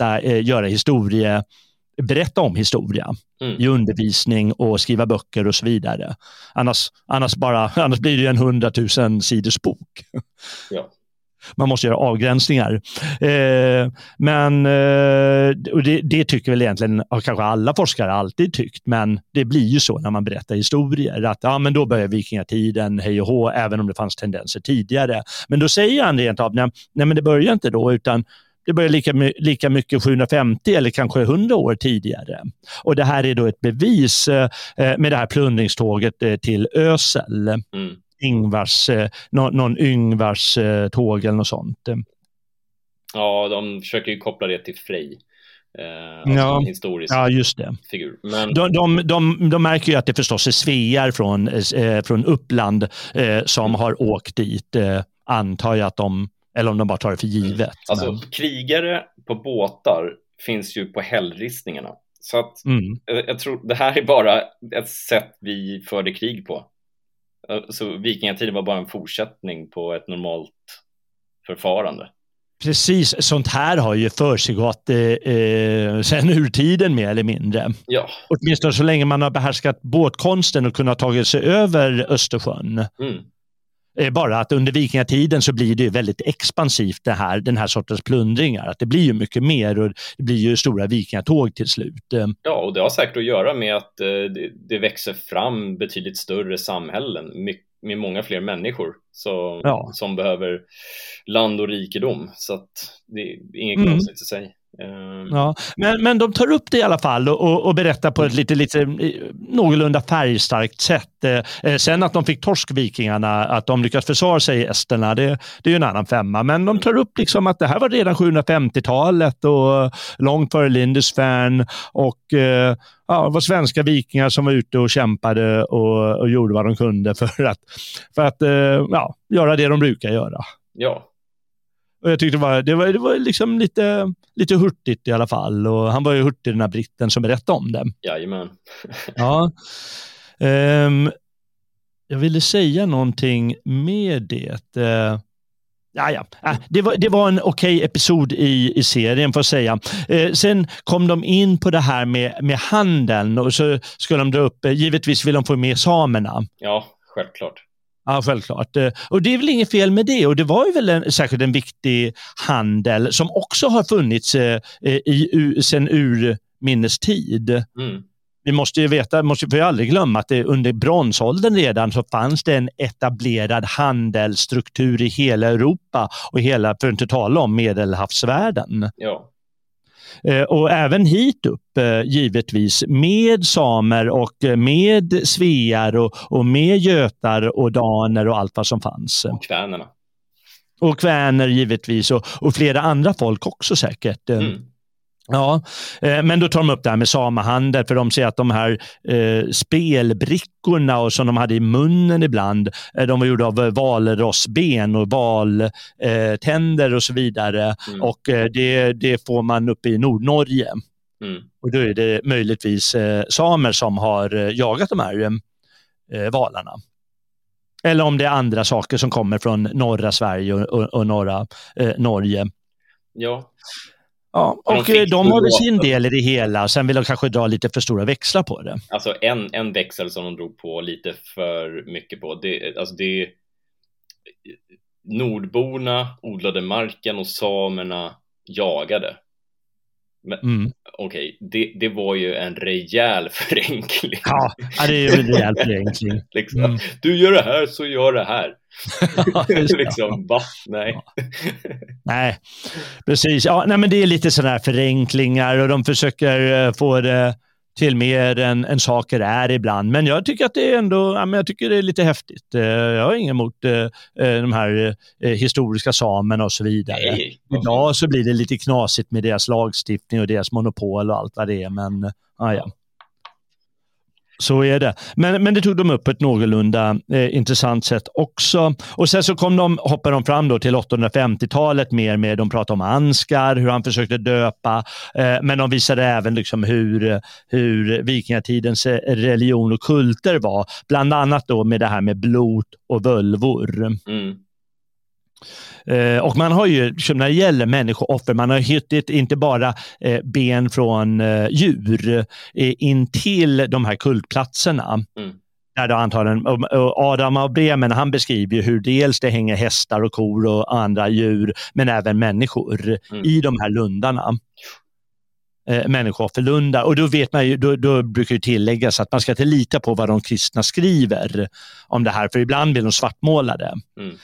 berätta om historia i undervisning och skriva böcker och så vidare. Annars blir det ju en 100 000 sidors bok. Ja. Man måste göra avgränsningar. Och det tycker väl egentligen kanske alla forskare alltid tyckt, men det blir ju så när man berättar historier att men då börjar vikingatiden, hej och hå, även om det fanns tendenser tidigare. Men då säger han rent av, nej men det börjar inte då, utan det börjar lika mycket 750 eller kanske 100 år tidigare. Och det här är då ett bevis med det här plundringståget till Ösel. Någon Yngvars tåg eller något sånt. Ja, de försöker ju koppla det till Frej. En historisk just det. Figur. Men de märker ju att det förstås är svear från Uppland som har åkt dit, antar jag att eller om de bara tar det för givet. Alltså krigare på båtar finns ju på hällristningarna. Så att jag tror det här är bara ett sätt vi förde krig på. Så vikingatiden var bara en fortsättning på ett normalt förfarande. Precis, sånt här har ju försiggått sen urtiden mer eller mindre. Ja. Åtminstone så länge man har behärskat båtkonsten och kunnat ta sig över Östersjön. Bara att under vikingatiden så blir det väldigt expansivt den här sortens plundringar. Att det blir ju mycket mer, och det blir ju stora vikingatåg till slut. Ja, och det har säkert att göra med att det växer fram betydligt större samhällen med många fler människor som behöver land och rikedom. Så att det är inget konstigt i sig. Ja, men de tar upp det i alla fall och berättar på ett lite någorlunda färgstarkt sätt. Sen att de fick torskvikingarna, att de lyckas försvara sig i esterna, det är ju en annan femma. Men de tar upp liksom att det här var redan 750-talet och långt före Lindisfarne, och det var svenska vikingar som var ute och kämpade och gjorde vad de kunde för att göra det de brukar göra. Ja. Och jag tyckte det var liksom lite hurtigt i alla fall. Och han var ju hurtig, den här britten som berättade om det. Jajamän. Ja. Jag ville säga någonting med det. Det var en okej episod i serien, får jag säga. Sen kom de in på det här med handeln, och så skulle de dra upp, givetvis vill de få med samerna. Ja, självklart. Ja, självklart. Och det är väl inget fel med det. Och det var ju väl särskilt en viktig handel som också har funnits sedan urminnes tid. Vi måste ju aldrig glömma att det under bronsåldern redan så fanns det en etablerad handelsstruktur i hela Europa och för att inte tala om Medelhavsvärlden. Ja. Och även hit upp givetvis med samer och med svear och med götar och daner och allt vad som fanns. Och kvänerna. Och kväner givetvis och flera andra folk också säkert. Ja, men då tar de upp det här med samehandel, för de ser att de här spelbrickorna och som de hade i munnen ibland, de var gjorda av valrossben och valtänder och så vidare. Och det får man upp i Nordnorge. Och då är det möjligtvis samer som har jagat de här valarna. Eller om det är andra saker som kommer från norra Sverige och norra Norge. Ja. Ja, och de har väl sin del i det hela. Sen vill de kanske dra lite för stora växlar på det. Alltså en växel som de drog på lite för mycket på. Nordborna odlade marken och samerna jagade. Men okej, det var ju en rejäl förenkling. Ja, det är ju en rejäl förenkling. Liksom, du gör det här så gör det här. Liksom, va? Nej. Nej, precis. Ja, nej, men det är lite sådana här förenklingar och de försöker få det till mer än saker är ibland. Men jag tycker att det är ändå, jag tycker det är lite häftigt. Jag har inget emot de här historiska samerna och så vidare. Nej. Idag så blir det lite knasigt med deras lagstiftning och deras monopol och allt vad det är, men ja. Så är det. Men det tog de upp på ett någorlunda intressant sätt också. Och sen så hoppar de fram då till 850-talet mer med, de pratar om Ansgar, hur han försökte döpa. Men de visade även liksom hur vikingatidens religion och kulter var. Bland annat då med det här med blot och völvor. Och man har ju, när det gäller människooffer, man har hittat inte bara ben från djur in till de här kultplatserna. Där då antagligen, Adam av Bremen, han beskriver ju hur dels det hänger hästar och kor och andra djur, men även människor i de här lundarna. Människoofferlundar. Och då vet man ju, då brukar ju tilläggas att man ska inte lita på vad de kristna skriver om det här, för ibland vill de svartmåla det.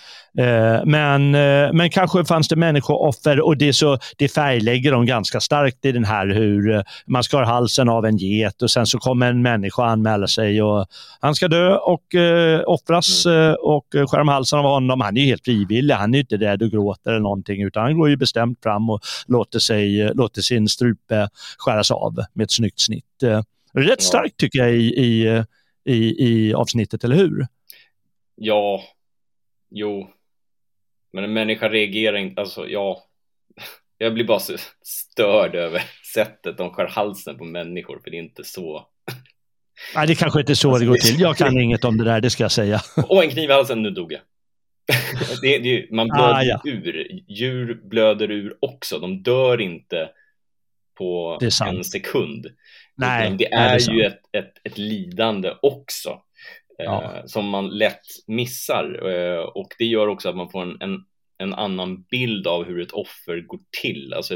Men kanske fanns det människooffer, och det färglägger de ganska starkt i den här, hur man skar halsen av en get och sen så kommer en människa anmäla sig och han ska dö och offras och skär om halsen av honom. Han är ju helt frivillig, han är inte rädd och gråter eller någonting, utan han går ju bestämt fram och låter sin strupe skäras av med ett snyggt snitt. Rätt starkt tycker jag i avsnittet, eller hur? Ja, jo. Men en människa reagerar inte, alltså jag blir bara så störd över sättet de skär halsen på människor, för det är inte så. Nej, det kanske inte är så det går till. Jag kan inget om det där, det ska jag säga. Och en kniv i halsen, nu dog jag. Man blöder ur. Djur blöder ur också. De dör inte på en sekund. Nej, det är ju ett lidande också. Som man lätt missar, och det gör också att man får en annan bild av hur ett offer går till. Alltså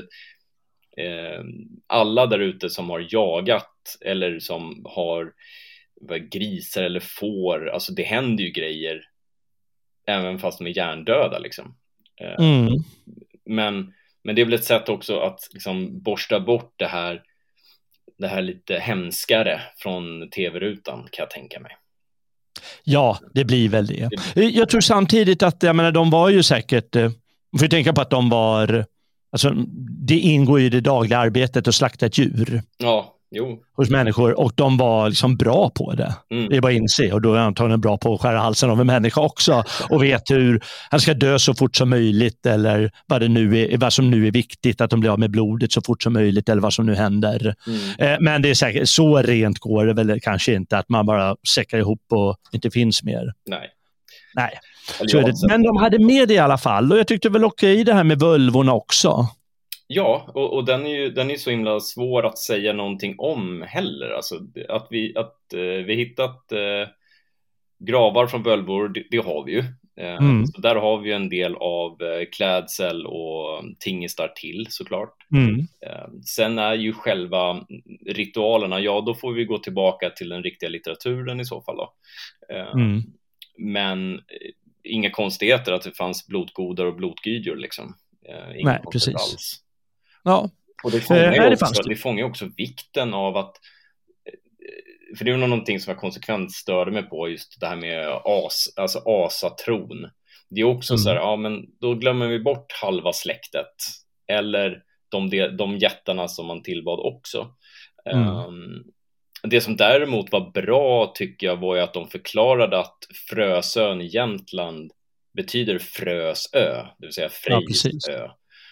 alla där ute som har jagat eller som har grisar eller får, alltså det händer ju grejer även fast de är hjärndöda liksom. Men det är väl ett sätt också att liksom borsta bort det här lite hemskare från tv-rutan, kan jag tänka mig. Ja, det blir väl det. Jag tror samtidigt att de var ju säkert, man får tänka på att de var, alltså det ingår i det dagliga arbetet att slakta ett djur. Ja, jo. Hos människor, och de var liksom bra på det. Det är bara att inse, och då är antagligen bra på att skära halsen av en människa också, och vet hur han ska dö så fort som möjligt, eller vad som nu är viktigt, att de blir av med blodet så fort som möjligt, eller vad som nu händer. Men det är säkert, så rent går det väl kanske inte, att man bara säckar ihop och inte finns mer. Nej. Så är det. Men de hade med det i alla fall, och jag tyckte väl okej det här med völvorna också. Ja, och den är så himla svår att säga någonting om heller. Alltså att vi hittat gravar från völvor, det har vi ju. Så där har vi en del av klädsel och tingestar till, såklart. Sen är ju själva ritualerna, då får vi gå tillbaka till den riktiga litteraturen i så fall då. Men inga konstigheter att det fanns blodgodar och blodgydjor liksom. Nej, precis. Alls. Ja. Och det fångar också vikten av att, för det är någonting som jag konsekvent störde mig på, just det här med asatron. Det är också så här, men då glömmer vi bort halva släktet, eller de jättarna som man tillbad också. Det som däremot var bra tycker jag var ju att de förklarade att Frösön i Jämtland betyder Frösö, det vill säga Frejsö.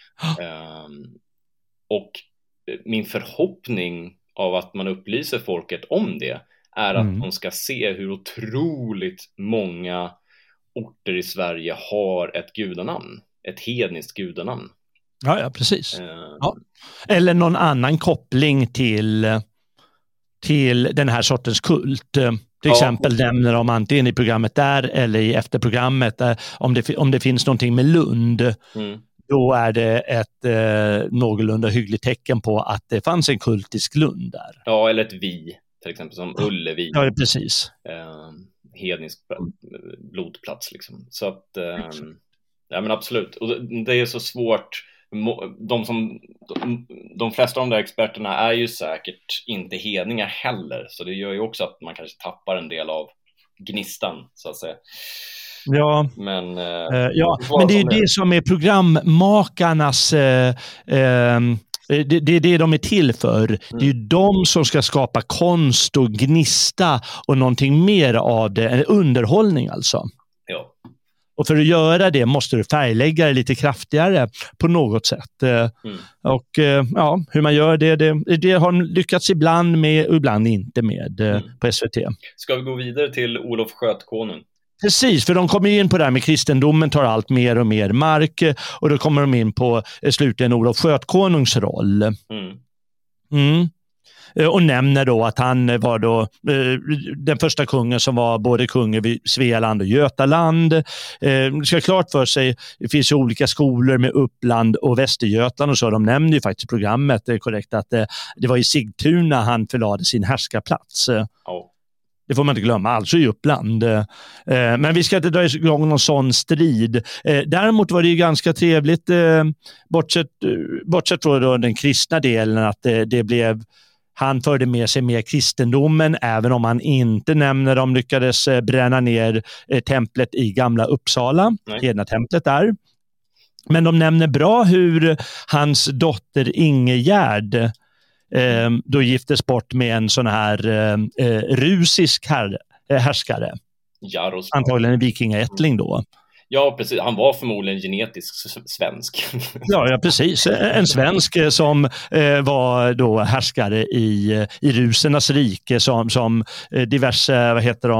Och min förhoppning av att man upplyser folket om det är att de ska se hur otroligt många orter i Sverige har ett gudanamn, ett hedniskt gudanamn. Ja, precis. Ja. Eller någon annan koppling till den här sortens kult. Till exempel nämner de antingen i programmet där eller i efterprogrammet om det finns någonting med Lund. Då är det ett någorlunda hyggligt tecken på att det fanns en kultisk Lund där. Ja, eller ett vi, till exempel som Ullevi. Ja, precis. Hednisk blodplats liksom. Så att, ja men absolut. Och det är så svårt. De flesta av de där experterna är ju säkert inte hedningar heller. Så det gör ju också att man kanske tappar en del av gnistan, så att säga. Ja, men det är ju det som är programmakarnas det är det de är till för. Det är ju de som ska skapa konst och gnista och någonting mer av det, en underhållning alltså. Ja. Och för att göra det måste du färglägga det lite kraftigare på något sätt. Och hur man gör det har lyckats ibland med och ibland inte med på SVT. Ska vi gå vidare till Olof Skötkonung? Precis, för de kommer in på det här med kristendomen tar allt mer och mer mark och då kommer de in på slutligen Olof Skötkonungs roll. Och nämner då att han var då den första kungen som var både kung i Svealand och Götaland. Ska klart för sig, det finns ju olika skolor med Uppland och Västergötland och så. De nämnde ju faktiskt i programmet korrekt att det var i Sigtuna han förlade sin härskarplats. Det får man inte glömma, alltså i Uppland. Men vi ska inte dra igång någon sån strid. Däremot var det ju ganska trevligt, bortsett från den kristna delen, att det blev... Han förde med sig mer kristendomen, även om han inte nämner de lyckades bränna ner templet i Gamla Uppsala, hednatemplet där. Men de nämner bra hur hans dotter Ingegärd då giftes bort med en sån här rusisk härskare. Jaroslav. Antagligen en vikingaättling då. Ja, precis. Han var förmodligen genetisk svensk. Ja, precis. En svensk som var då härskare i rusernas rike som diverse,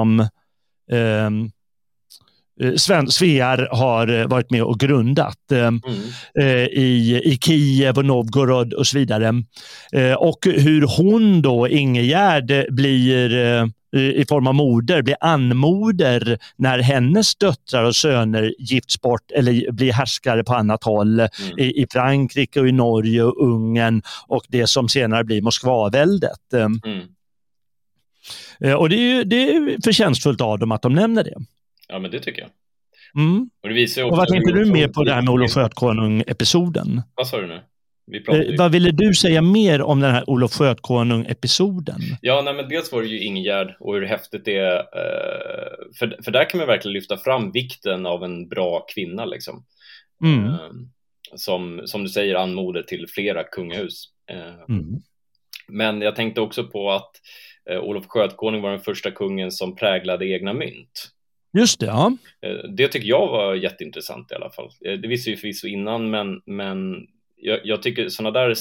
Svear har varit med och grundat i Kiev och Novgorod och så vidare. Och hur hon då, Ingegärd, blir i form av moder, blir anmoder när hennes döttrar och söner gifts bort eller blir härskare på annat håll i Frankrike och i Norge och Ungern och det som senare blir Moskvaväldet. Och det är förtjänstfullt av dem att de nämner det. Ja, men det tycker jag. Och, det visar också och vad tänkte du mer på det här med Olof Skötkonung-episoden? Vad sa du nu? Vad ville du säga mer om den här Olof Skötkonung-episoden? Ja, nej, men dels var det ju Ingegärd och hur häftigt det är. För där kan man verkligen lyfta fram vikten av en bra kvinna liksom. Som du säger, anmoder till flera kungahus. Men jag tänkte också på att Olof Skötkonung var den första kungen som präglade egna mynt. Just det, ja. Det tycker jag var jätteintressant i alla fall. Det visste ju förvisso innan, men jag tycker sådana där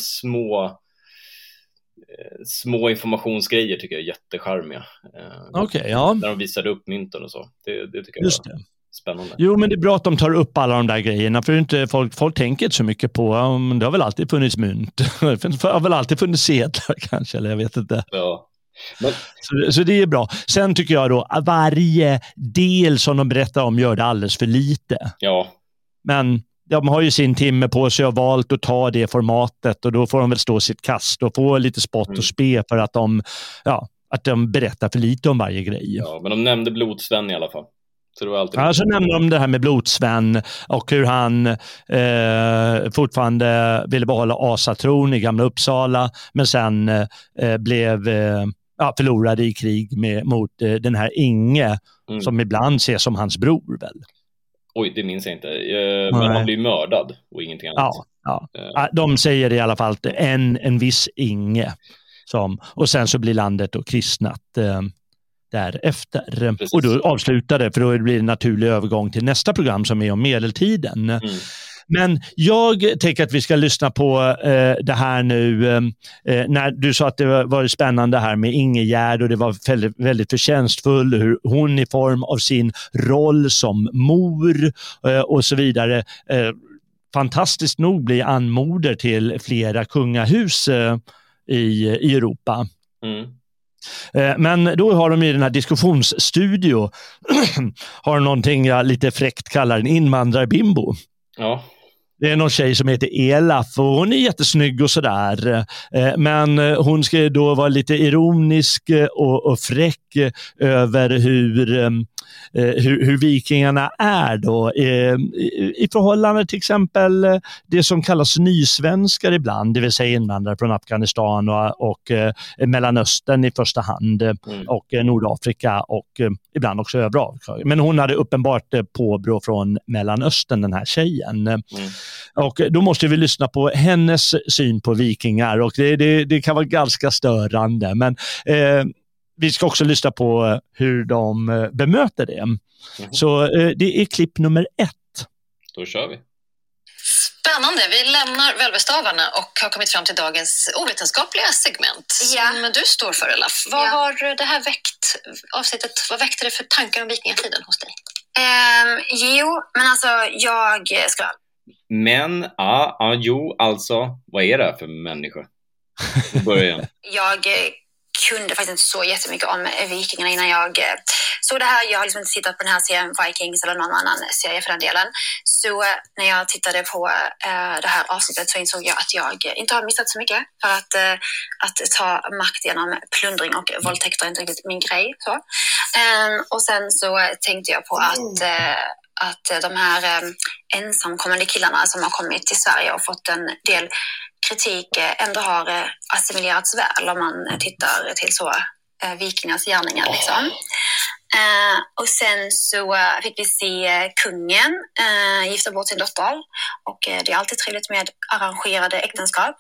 små informationsgrejer tycker jag är jättecharmiga. Okej, ja. När de visade upp mynten och så. Det tycker jag Just var det. Spännande. Jo, men det är bra att de tar upp alla de där grejerna, för inte folk tänker inte så mycket på, det har väl alltid funnits mynt. Det har väl alltid funnits sedlar kanske, eller jag vet inte. Ja. Men... Så det är bra. Sen tycker jag då att varje del som de berättar om gör det alldeles för lite. Ja. Men de har ju sin timme på sig och valt att ta det formatet, och då får de väl stå sitt kast och få lite spott och spe för att de berättar för lite om varje grej. Ja, men de nämnde Blodsven i alla fall. Så det var alltid... Ja, så nämnde de det här med Blodsven och hur han fortfarande ville behålla asatron i Gamla Uppsala, men sen förlorade i krig mot den här Inge som ibland ses som hans bror väl. Oj, det minns jag inte. Men han blir mördad och ingenting annat. Ja. De säger i alla fall att en viss Inge. Och sen så blir landet då kristnat därefter. Precis. Och då avslutar det, för då blir det en naturlig övergång till nästa program som är om medeltiden. Men jag tänker att vi ska lyssna på det här nu. När du sa att det var spännande här med Ingegärd och det var väldigt, väldigt förtjänstfull hur hon i form av sin roll som mor och så vidare fantastiskt nog blir anmoder till flera kungahus i Europa. Men då har de i den här diskussionsstudio har någonting jag lite fräckt kallar en invandrarbimbo. Ja. Det är någon tjej som heter Elaf och hon är jättesnygg och sådär. Men hon ska då vara lite ironisk och fräck över hur vikingarna är då i förhållande till exempel det som kallas nysvenskar ibland, det vill säga invandrare från Afghanistan och Mellanöstern i första hand och Nordafrika och ibland också övriga Afrika. Men hon hade uppenbart påbrå från Mellanöstern, den här tjejen. Och då måste vi lyssna på hennes syn på vikingar och det kan vara ganska störande, men vi ska också lyssna på hur de bemöter det. Så det är klipp nummer 1. Då kör vi. Spännande. Vi lämnar välbestavarna och har kommit fram till dagens ovetenskapliga segment som du står för, Elaf. Vad har det här avsnittet, vad väckte det för tankar om vikingatiden hos dig? Men alltså jag ska... Men, alltså, vad är det för människa? Början. Jag kunde faktiskt inte så jättemycket om vikingarna innan jag såg det här. Jag har liksom inte tittat på den här serien Vikings eller någon annan serie för den delen. Så när jag tittade på det här avsnittet så insåg jag att jag inte har missat så mycket. För att ta makt genom plundring och våldtäkter är inte riktigt min grej. Så. Och sen så tänkte jag på att de här ensamkommande killarna som har kommit till Sverige och fått en del kritik ändå har assimilerats väl om man tittar till så vikingars gärningar liksom. Och sen så fick vi se kungen gifta bort sin dotter och det är alltid trevligt med arrangerade äktenskap.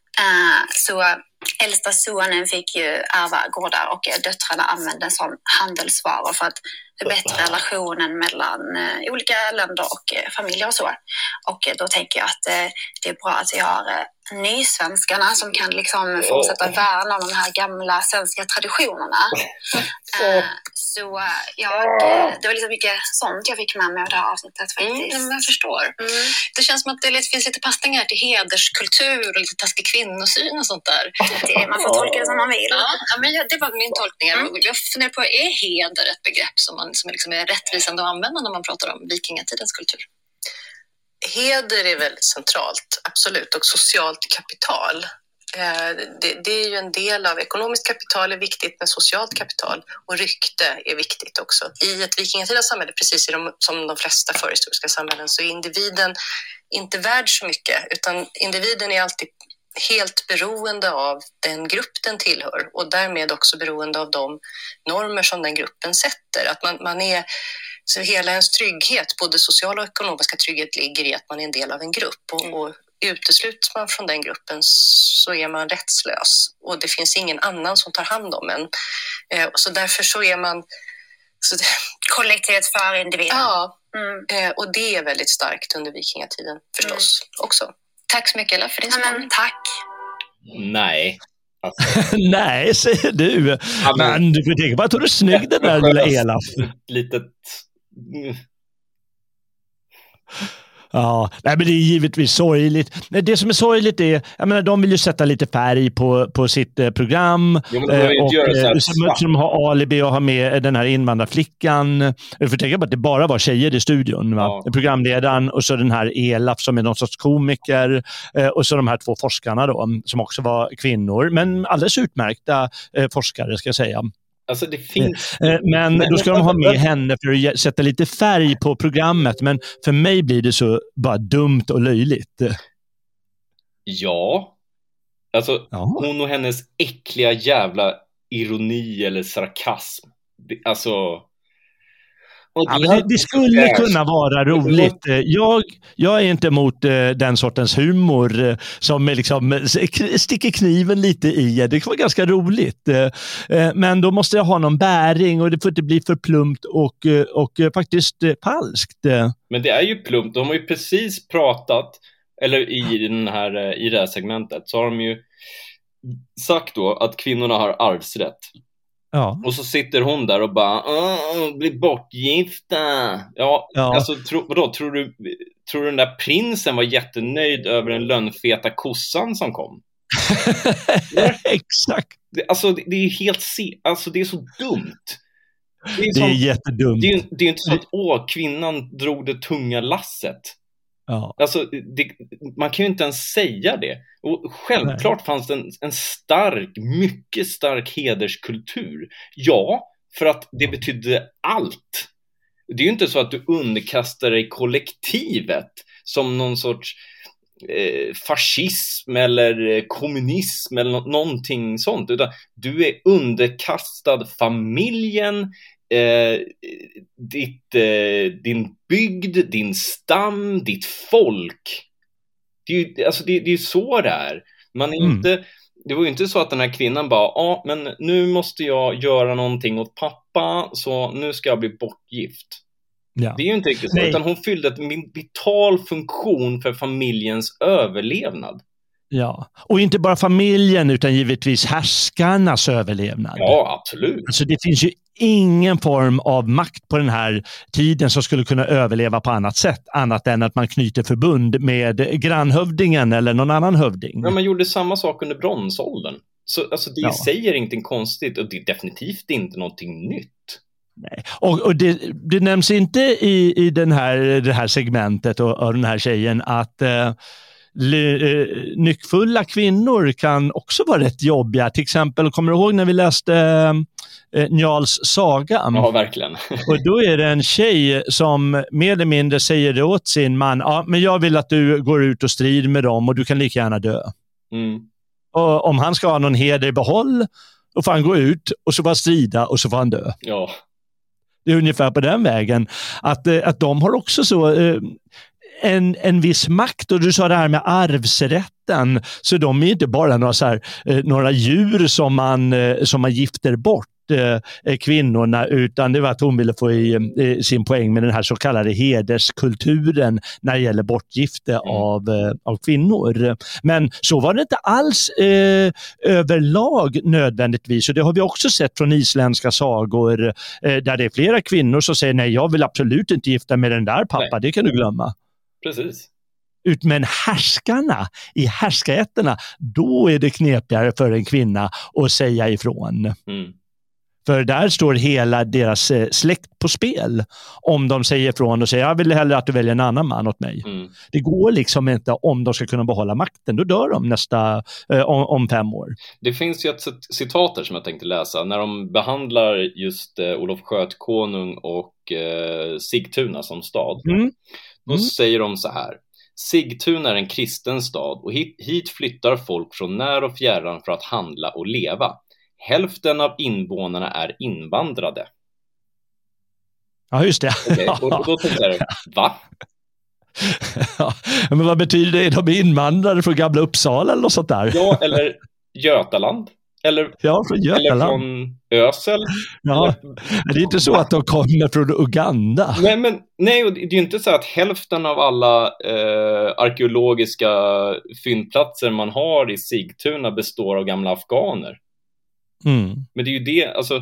Så äldsta sonen fick ju ärva gårdar och döttrarna användes som handelsvaror för att förbättra relationen mellan olika länder och familjer och så. Och då tänker jag att det är bra att vi har nysvenskarna som kan liksom fortsätta värna om de här gamla svenska traditionerna. Så det var liksom mycket sånt jag fick med mig av det här avsnittet faktiskt. Jag förstår. Det känns som att det finns lite passningar till hederskultur och lite taskig kvinnosyn och sånt där. Man får tolka det som man vill. Ja, men det var min tolkning. Jag funderar på, är heder ett begrepp som liksom är rättvisande att använda när man pratar om vikingatidens kultur? Heder är väldigt centralt, absolut, och socialt kapital. Det är ju en del av ekonomiskt kapital är viktigt, men socialt kapital och rykte är viktigt också. I ett vikingatida samhälle, precis som de flesta förhistoriska samhällen, så är individen inte värd så mycket, utan individen är alltid helt beroende av den grupp den tillhör och därmed också beroende av de normer som den gruppen sätter. Att man är, så hela ens trygghet, både social och ekonomiska trygghet, ligger i att man är en del av en grupp och utesluts man från den gruppen så är man rättslös och det finns ingen annan som tar hand om en. Så därför så är man kollektivet för individen. Ja, och det är väldigt starkt under vikingatiden förstås också. Tack så mycket, Ella, för din spaning. Tack. Nej. Nej, säger du. Men du får tänka på att du är snygg, den där lilla Elaf. Litet... Ja, nej, men det är givetvis sorgligt. Det som är sorgligt är, jag menar, de vill ju sätta lite färg på sitt program. Jo, och som har alibi och har med den här invandrarflickan. Jag får tänka på att det bara var tjejer i studion. Va? Ja. Programledaren och så den här Elaf som är någon sorts komiker och så de här 2 forskarna då, som också var kvinnor. Men alldeles utmärkta forskare ska jag säga. Alltså det finns... Men då ska de ha med henne för att sätta lite färg på programmet. Men för mig blir det så bara dumt och löjligt. Ja. Alltså hon och hennes äckliga jävla ironi eller sarkasm. Alltså... Det skulle kunna vara roligt. Jag är inte emot den sortens humor som liksom sticker kniven lite i. Det kan vara ganska roligt. Men då måste jag ha någon bäring och det får inte bli för plumpt och faktiskt falskt. Men det är ju plumpt. De har ju precis pratat, eller i det här segmentet så har de ju sagt då att kvinnorna har arvsrätt. Ja. Och så sitter hon där och bara blir bortgifta. Ja. Alltså tror du den där prinsen var jättenöjd över den lönnfeta kossan som kom? Exakt. Det är helt det är så dumt. Det är jättedumt. Det är inte så att kvinnan drog det tunga lasset. Ja. Alltså, man kan ju inte ens säga det. Och självklart fanns det en mycket stark hederskultur. Ja, för att det betydde allt. Det är ju inte så att du underkastar dig kollektivet som någon sorts fascism eller kommunism eller någonting sånt, utan du är underkastad familjen, din bygd, din stam, ditt folk. Det är ju så det är. Man är inte, det var ju inte så att den här kvinnan bara, men nu måste jag göra någonting åt pappa, så nu ska jag bli bortgift. Ja. Det är ju inte riktigt så, utan hon fyllde en vital funktion för familjens överlevnad. Ja, och inte bara familjen utan givetvis härskarnas överlevnad. Ja, absolut. Alltså det finns ju ingen form av makt på den här tiden som skulle kunna överleva på annat sätt, annat än att man knyter förbund med grannhövdingen eller någon annan hövding. Men man gjorde samma sak under bronsåldern. Så alltså, det säger ingenting konstigt, och det är definitivt inte någonting nytt. Nej. Och det nämns inte i det här segmentet och den här tjejen att nyckfulla kvinnor kan också vara rätt jobbiga. Till exempel, kommer du ihåg när vi läste Njals saga? Ja, verkligen. Och då är det en tjej som mer eller mindre säger det åt sin man, men jag vill att du går ut och strider med dem och du kan lika gärna dö. Och om han ska ha någon heder i behåll, då får han gå ut och så bara strida och så får han dö. Ja. Det är ungefär på den vägen att de har också så en viss makt, och du sa det här med arvsrätten, så de är inte bara några djur som man gifter bort kvinnorna, utan det var att hon ville få i sin poäng med den här så kallade hederskulturen när det gäller bortgifte av kvinnor. Men så var det inte alls överlag nödvändigtvis, och det har vi också sett från isländska sagor där det är flera kvinnor som säger nej, jag vill absolut inte gifta med den där pappa, det kan du glömma. Precis. Men härskarna i härskarätterna, då är det knepigare för en kvinna att säga ifrån. För där står hela deras släkt på spel. Om de säger ifrån och säger jag vill hellre att du väljer en annan man åt mig. Det går liksom inte om de ska kunna behålla makten. Då dör de om 5 år. Det finns ju ett citat som jag tänkte läsa. När de behandlar just Olof Skötkonung och Sigtuna som stad. Då säger de så här: Sigtuna är en kristen stad och hit flyttar folk från när och fjärran för att handla och leva. Hälften av invånarna är invandrade. Ja, just det. Okay, och då tänkte jag, va? Ja, men vad betyder det? De är invandrare från Gamla Uppsala eller något sånt där? Ja, eller Götaland. Eller från Ösel. Ja, det är inte så att de kommer från Uganda. Nej, och det är ju inte så att hälften av alla arkeologiska fyndplatser man har i Sigtuna består av gamla afghaner. Men det är ju det, alltså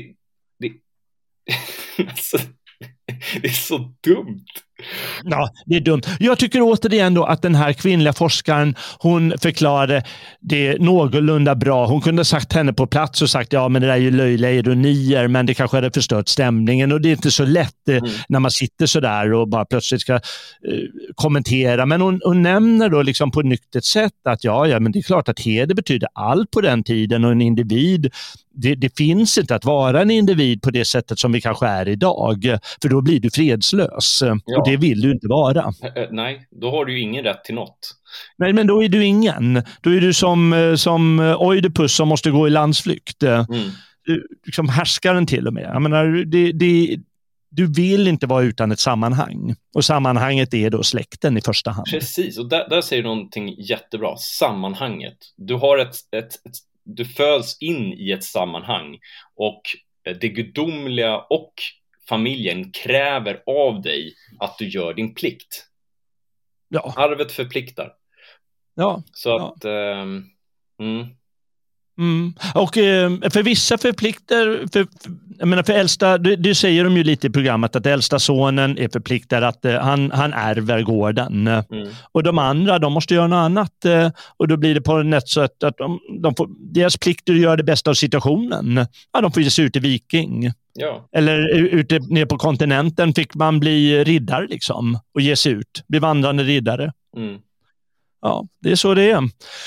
det är så dumt. Ja, det är dumt. Jag tycker återigen då att den här kvinnliga forskaren, hon förklarade det någorlunda bra. Hon kunde sagt henne på plats och sagt men det där är ju löjliga ironier, men det kanske hade förstört stämningen, och det är inte så lätt när man sitter så där och bara plötsligt ska kommentera. Men hon nämner då liksom på ett nyktert sätt att men det är klart att heder betyder allt på den tiden, och en individ, det finns inte att vara en individ på det sättet som vi kanske är idag, för då blir du fredslös. Och det vill du inte vara. Nej, då har du ju ingen rätt till något. Nej, men då är du ingen. Då är du som Oidipus som måste gå i landsflykt. Liksom härskaren till och med. Jag menar, du vill inte vara utan ett sammanhang. Och sammanhanget är då släkten i första hand. Precis, och där säger du någonting jättebra. Sammanhanget. Du har du föds in i ett sammanhang, och det gudomliga och familjen kräver av dig att du gör din plikt. Ja. Arvet förpliktar. Ja. Så att... Och för vissa förplikter, för äldsta, det säger de ju lite i programmet, att äldsta sonen är förpliktad att han ärver gården. Och de andra, de måste göra något annat, och då blir det på något sätt att de får, deras plikter gör det bästa av situationen. Ja, de får ge sig ut i viking. Ja. Eller ute ner på kontinenten fick man bli riddare liksom, och ge sig ut, bli vandrande riddare. Ja, det är så det är.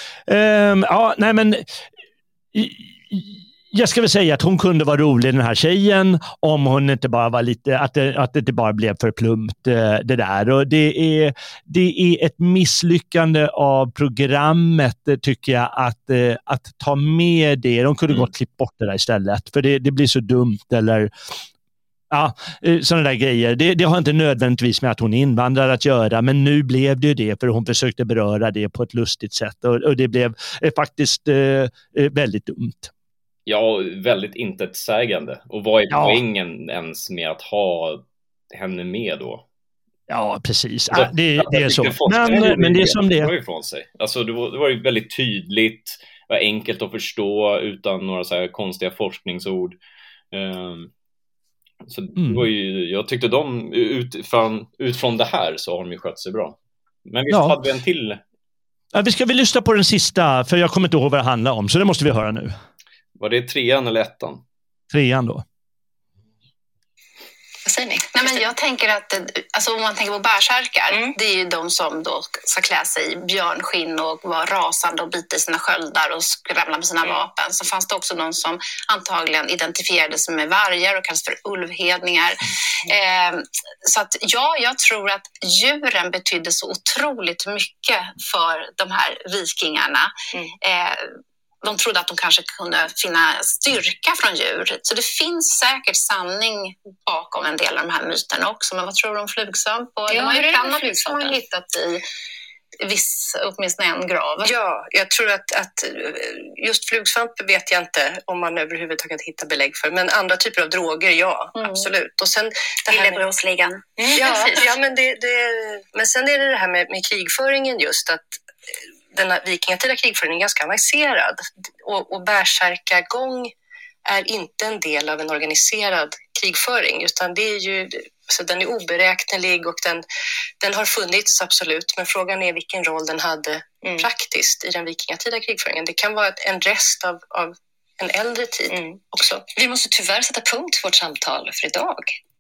Jag ska väl säga att hon kunde vara rolig, den här tjejen, om hon inte bara var lite, att det inte bara blev för plumpt det där. Och det är ett misslyckande av programmet, tycker jag, att ta med det. De kunde gått klippt bort det där istället, för det blir så dumt, eller sådana där grejer. Det har inte nödvändigtvis med att hon är invandrare att göra, men nu blev det ju det, för hon försökte beröra det på ett lustigt sätt, och det blev faktiskt väldigt dumt. Ja, väldigt intetsägande. Och vad är poängen ens med att ha henne med då? Ja, precis. Det är så. Men det är som det är. Alltså, det var ju väldigt tydligt, var enkelt att förstå utan några så här konstiga forskningsord. Så det var ju, jag tyckte de utifrån det här så har de ju skött sig bra. Men vi hade vi en till. Ja, vi ska väl lyssna på den sista, för jag kommer inte ihåg vad det handlar om, så det måste vi höra nu. Var det 3:an eller 1:an? 3:an då. Vad säger ni? Nej, men jag tänker att, alltså, om man tänker på bärsärkar, det är ju de som då ska klä sig i björnskinn och vara rasande och bita i sina sköldar och skramla med sina vapen. Så fanns det också någon som antagligen identifierade sig med vargar och kallas för ulvhedningar. Så att jag tror att djuren betydde så otroligt mycket för de här vikingarna. De trodde att de kanske kunde finna styrka från djur. Så det finns säkert sanning bakom en del av de här myterna också. Men vad tror du om flugsvamp? De har ju cannabis som har hittat i åtminstone en grav. Ja, jag tror att just flugsvamp vet jag inte om man överhuvudtaget hittar belägg för. Men andra typer av droger, ja, absolut. Och sen det här Lillebrosligan. Men sen är det här med krigföringen, just att denna vikingatida krigföring är ganska avancerad, och bärsärkagång är inte en del av en organiserad krigföring, utan det är ju, så den är oberäknelig, och den har funnits absolut, men frågan är vilken roll den hade praktiskt i den vikingatida krigföringen. Det kan vara en rest av en äldre tid också. Vi måste tyvärr sätta punkt för vårt samtal för idag.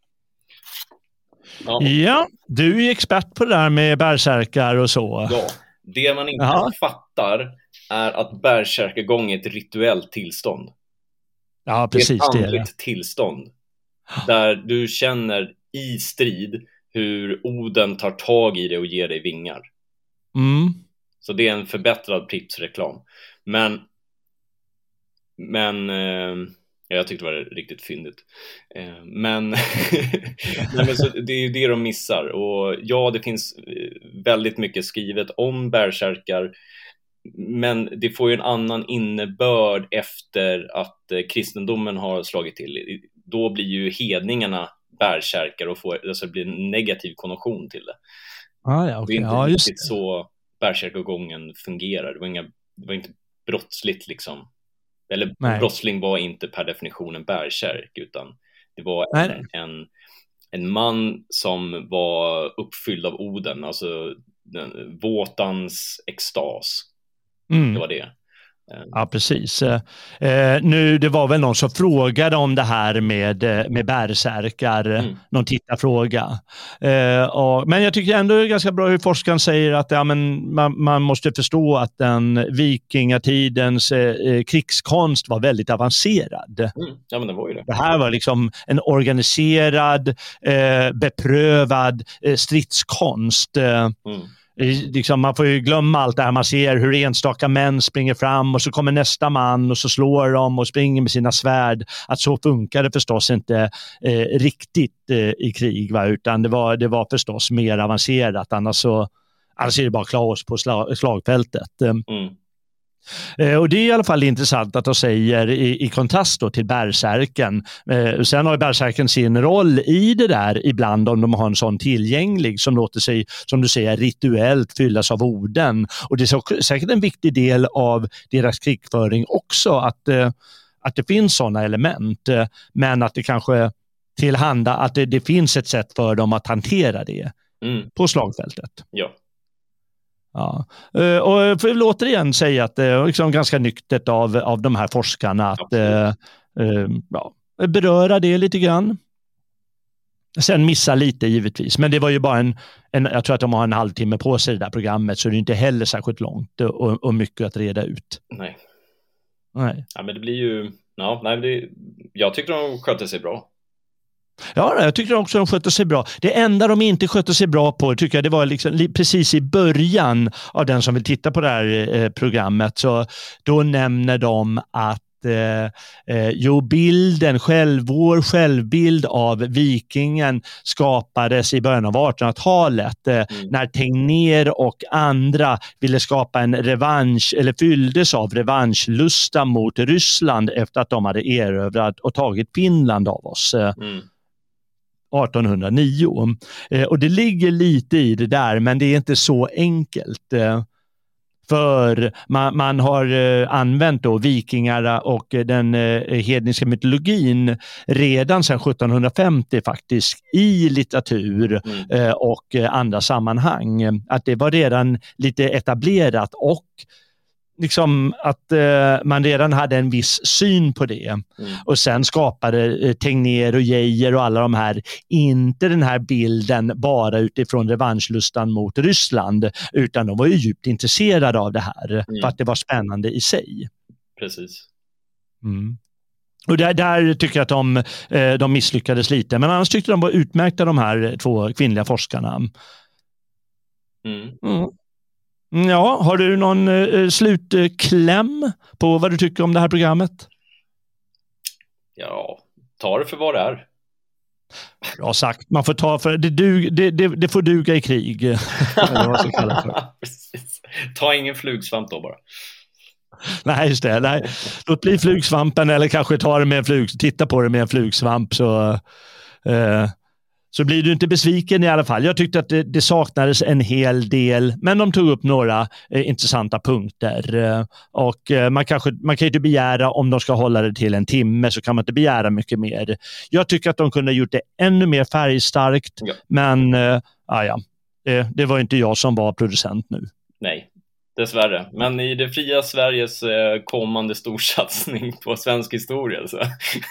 Ja, du är expert på det där med bärsärkar och så. Ja. Det man inte fattar är att bärsärkagång är ett rituellt tillstånd. Ja, precis. Det är ett andligt tillstånd. Där du känner i strid hur Oden tar tag i det och ger dig vingar. Så det är en förbättrad Pripps-reklam. Men jag tyckte det var riktigt fyndigt. Men så det är ju det de missar. Och ja, det finns väldigt mycket skrivet om bärsärkar, men det får ju en annan innebörd efter att kristendomen har slagit till. Då blir ju hedningarna bärsärkar och det blir en negativ konnotation till det. Det är inte riktigt så bärsärkagången fungerar. Det var inte brottsligt liksom. Eller brottsling var inte per definition en bärsärk, utan det var en man som var uppfylld av Oden, alltså våtans extas. Det var det. Ja, precis. Det var väl någon som frågade om det här med bärsärkar, någon tittarfråga. Men jag tycker ändå det är ganska bra hur forskaren säger att man måste förstå att den vikingatidens krigskonst var väldigt avancerad. Ja, men det var ju det. Det här var liksom en organiserad, beprövad stridskonst. liksom, man får ju glömma allt det här. Man ser hur enstaka män springer fram och så kommer nästa man och så slår de och springer med sina svärd. Att så funkar det förstås inte riktigt i krig, va? Utan det var förstås mer avancerat. Annars är det bara kaos på slagfältet. Och det är i alla fall intressant att de säger i kontrast då till bärsärken. Sen har bärsärken sin roll i det där ibland, om de har en sån tillgänglig som låter sig, som du säger, rituellt fyllas av orden. Och det är säkert en viktig del av deras krigföring också, att det finns sådana element, men att det kanske tillhanda att det finns ett sätt för dem att hantera det på slagfältet. Ja. Ja. Och får vi återigen säga att det är liksom ganska nyktert av de här forskarna att beröra det lite grann. Sen missa lite givetvis, men det var ju bara jag tror att de har en halvtimme på sig i det där programmet, så det är inte heller särskilt långt och mycket att reda ut. Nej. Ja, men det blir ju jag tycker de sköter sig bra. Ja, jag tycker också de skötte sig bra. Det enda de inte skötte sig bra på, tycker jag, det var liksom precis i början av den som vill titta på det här programmet. Så då nämner de att vår självbild av vikingen skapades i början av 1800-talet när Tegnér och andra ville skapa en revansch, eller fylldes av revanschlusta mot Ryssland efter att de hade erövrat och tagit Finland av oss. 1809. Och det ligger lite i det där, men det är inte så enkelt. För man har använt då vikingarna och den hedniska mytologin redan sedan 1750 faktiskt i litteratur och andra sammanhang. Att det var redan lite etablerat och liksom att man redan hade en viss syn på det. Och sen skapade Tegnér och Geijer och alla de här inte den här bilden bara utifrån revanschlustan mot Ryssland, utan de var ju djupt intresserade av det här för att det var spännande i sig. Precis. Och där tycker jag att de misslyckades lite, men annars tyckte de var utmärkta, de här två kvinnliga forskarna. Ja, har du någon slutkläm på vad du tycker om det här programmet? Ja, ta det för vad det är. Bra sagt, man får ta för det får duga i krig. Eller vad ska jag kalla för. Precis. Ta ingen flugsvamp då bara. Nej, just det. Nej. Låt bli flugsvampen, eller kanske titta på det med en flugsvamp, så blir du inte besviken i alla fall. Jag tyckte att det saknades en hel del, men de tog upp några intressanta punkter. Och man kan ju inte begära, om de ska hålla det till en timme, så kan man inte begära mycket mer. Jag tycker att de kunde ha gjort det ännu mer färgstarkt, men det var inte jag som var producent nu. Nej, dessvärre. Men i det fria Sveriges kommande storsatsning på svensk historia så...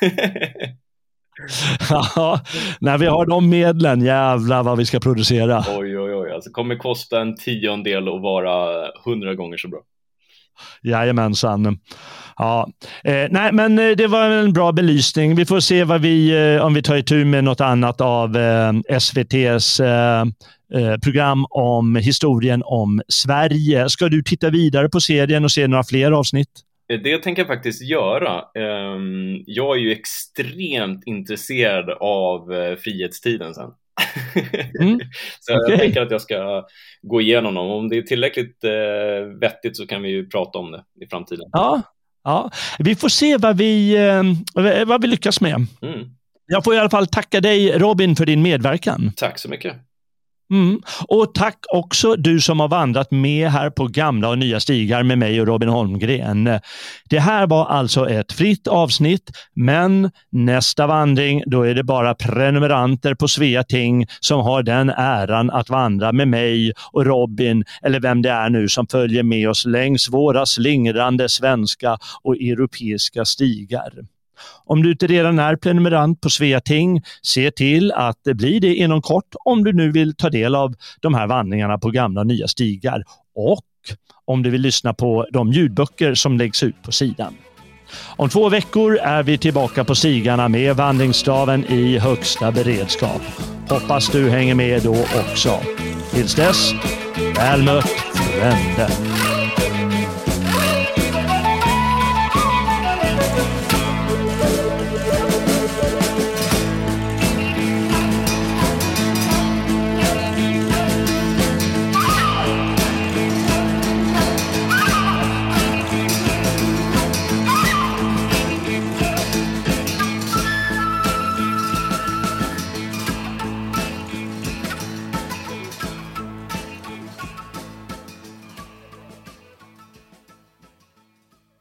Ja, när vi har de medlen, jävlar vad vi ska producera. Oj, alltså kommer kosta en 10-del och vara 100 gånger så bra. Jajamensan. Ja. Nej, men det var en bra belysning. Vi får se om vi tar itu med något annat av SVT:s program om historien om Sverige. Ska du titta vidare på serien och se några fler avsnitt? Det tänker jag faktiskt göra. Jag är ju extremt intresserad av frihetstiden sen. Så jag tänker att jag ska gå igenom dem. Om det är tillräckligt vettigt så kan vi ju prata om det i framtiden. Ja. Vi får se vad vi lyckas med. Jag får i alla fall tacka dig, Robin, för din medverkan. Tack så mycket. Och tack också du som har vandrat med här på gamla och nya stigar med mig och Robin Holmgren. Det här var alltså ett fritt avsnitt, men nästa vandring, då är det bara prenumeranter på Sveating som har den äran att vandra med mig och Robin, eller vem det är nu som följer med oss längs våra slingrande svenska och europeiska stigar. Om du inte redan är prenumerant på Sveating, se till att det blir det inom kort om du nu vill ta del av de här vandringarna på gamla och nya stigar, och om du vill lyssna på de ljudböcker som läggs ut på sidan. Om 2 veckor är vi tillbaka på stigarna med vandringsstaven i högsta beredskap. Hoppas du hänger med då också. Tills dess, Väl mött, vänner.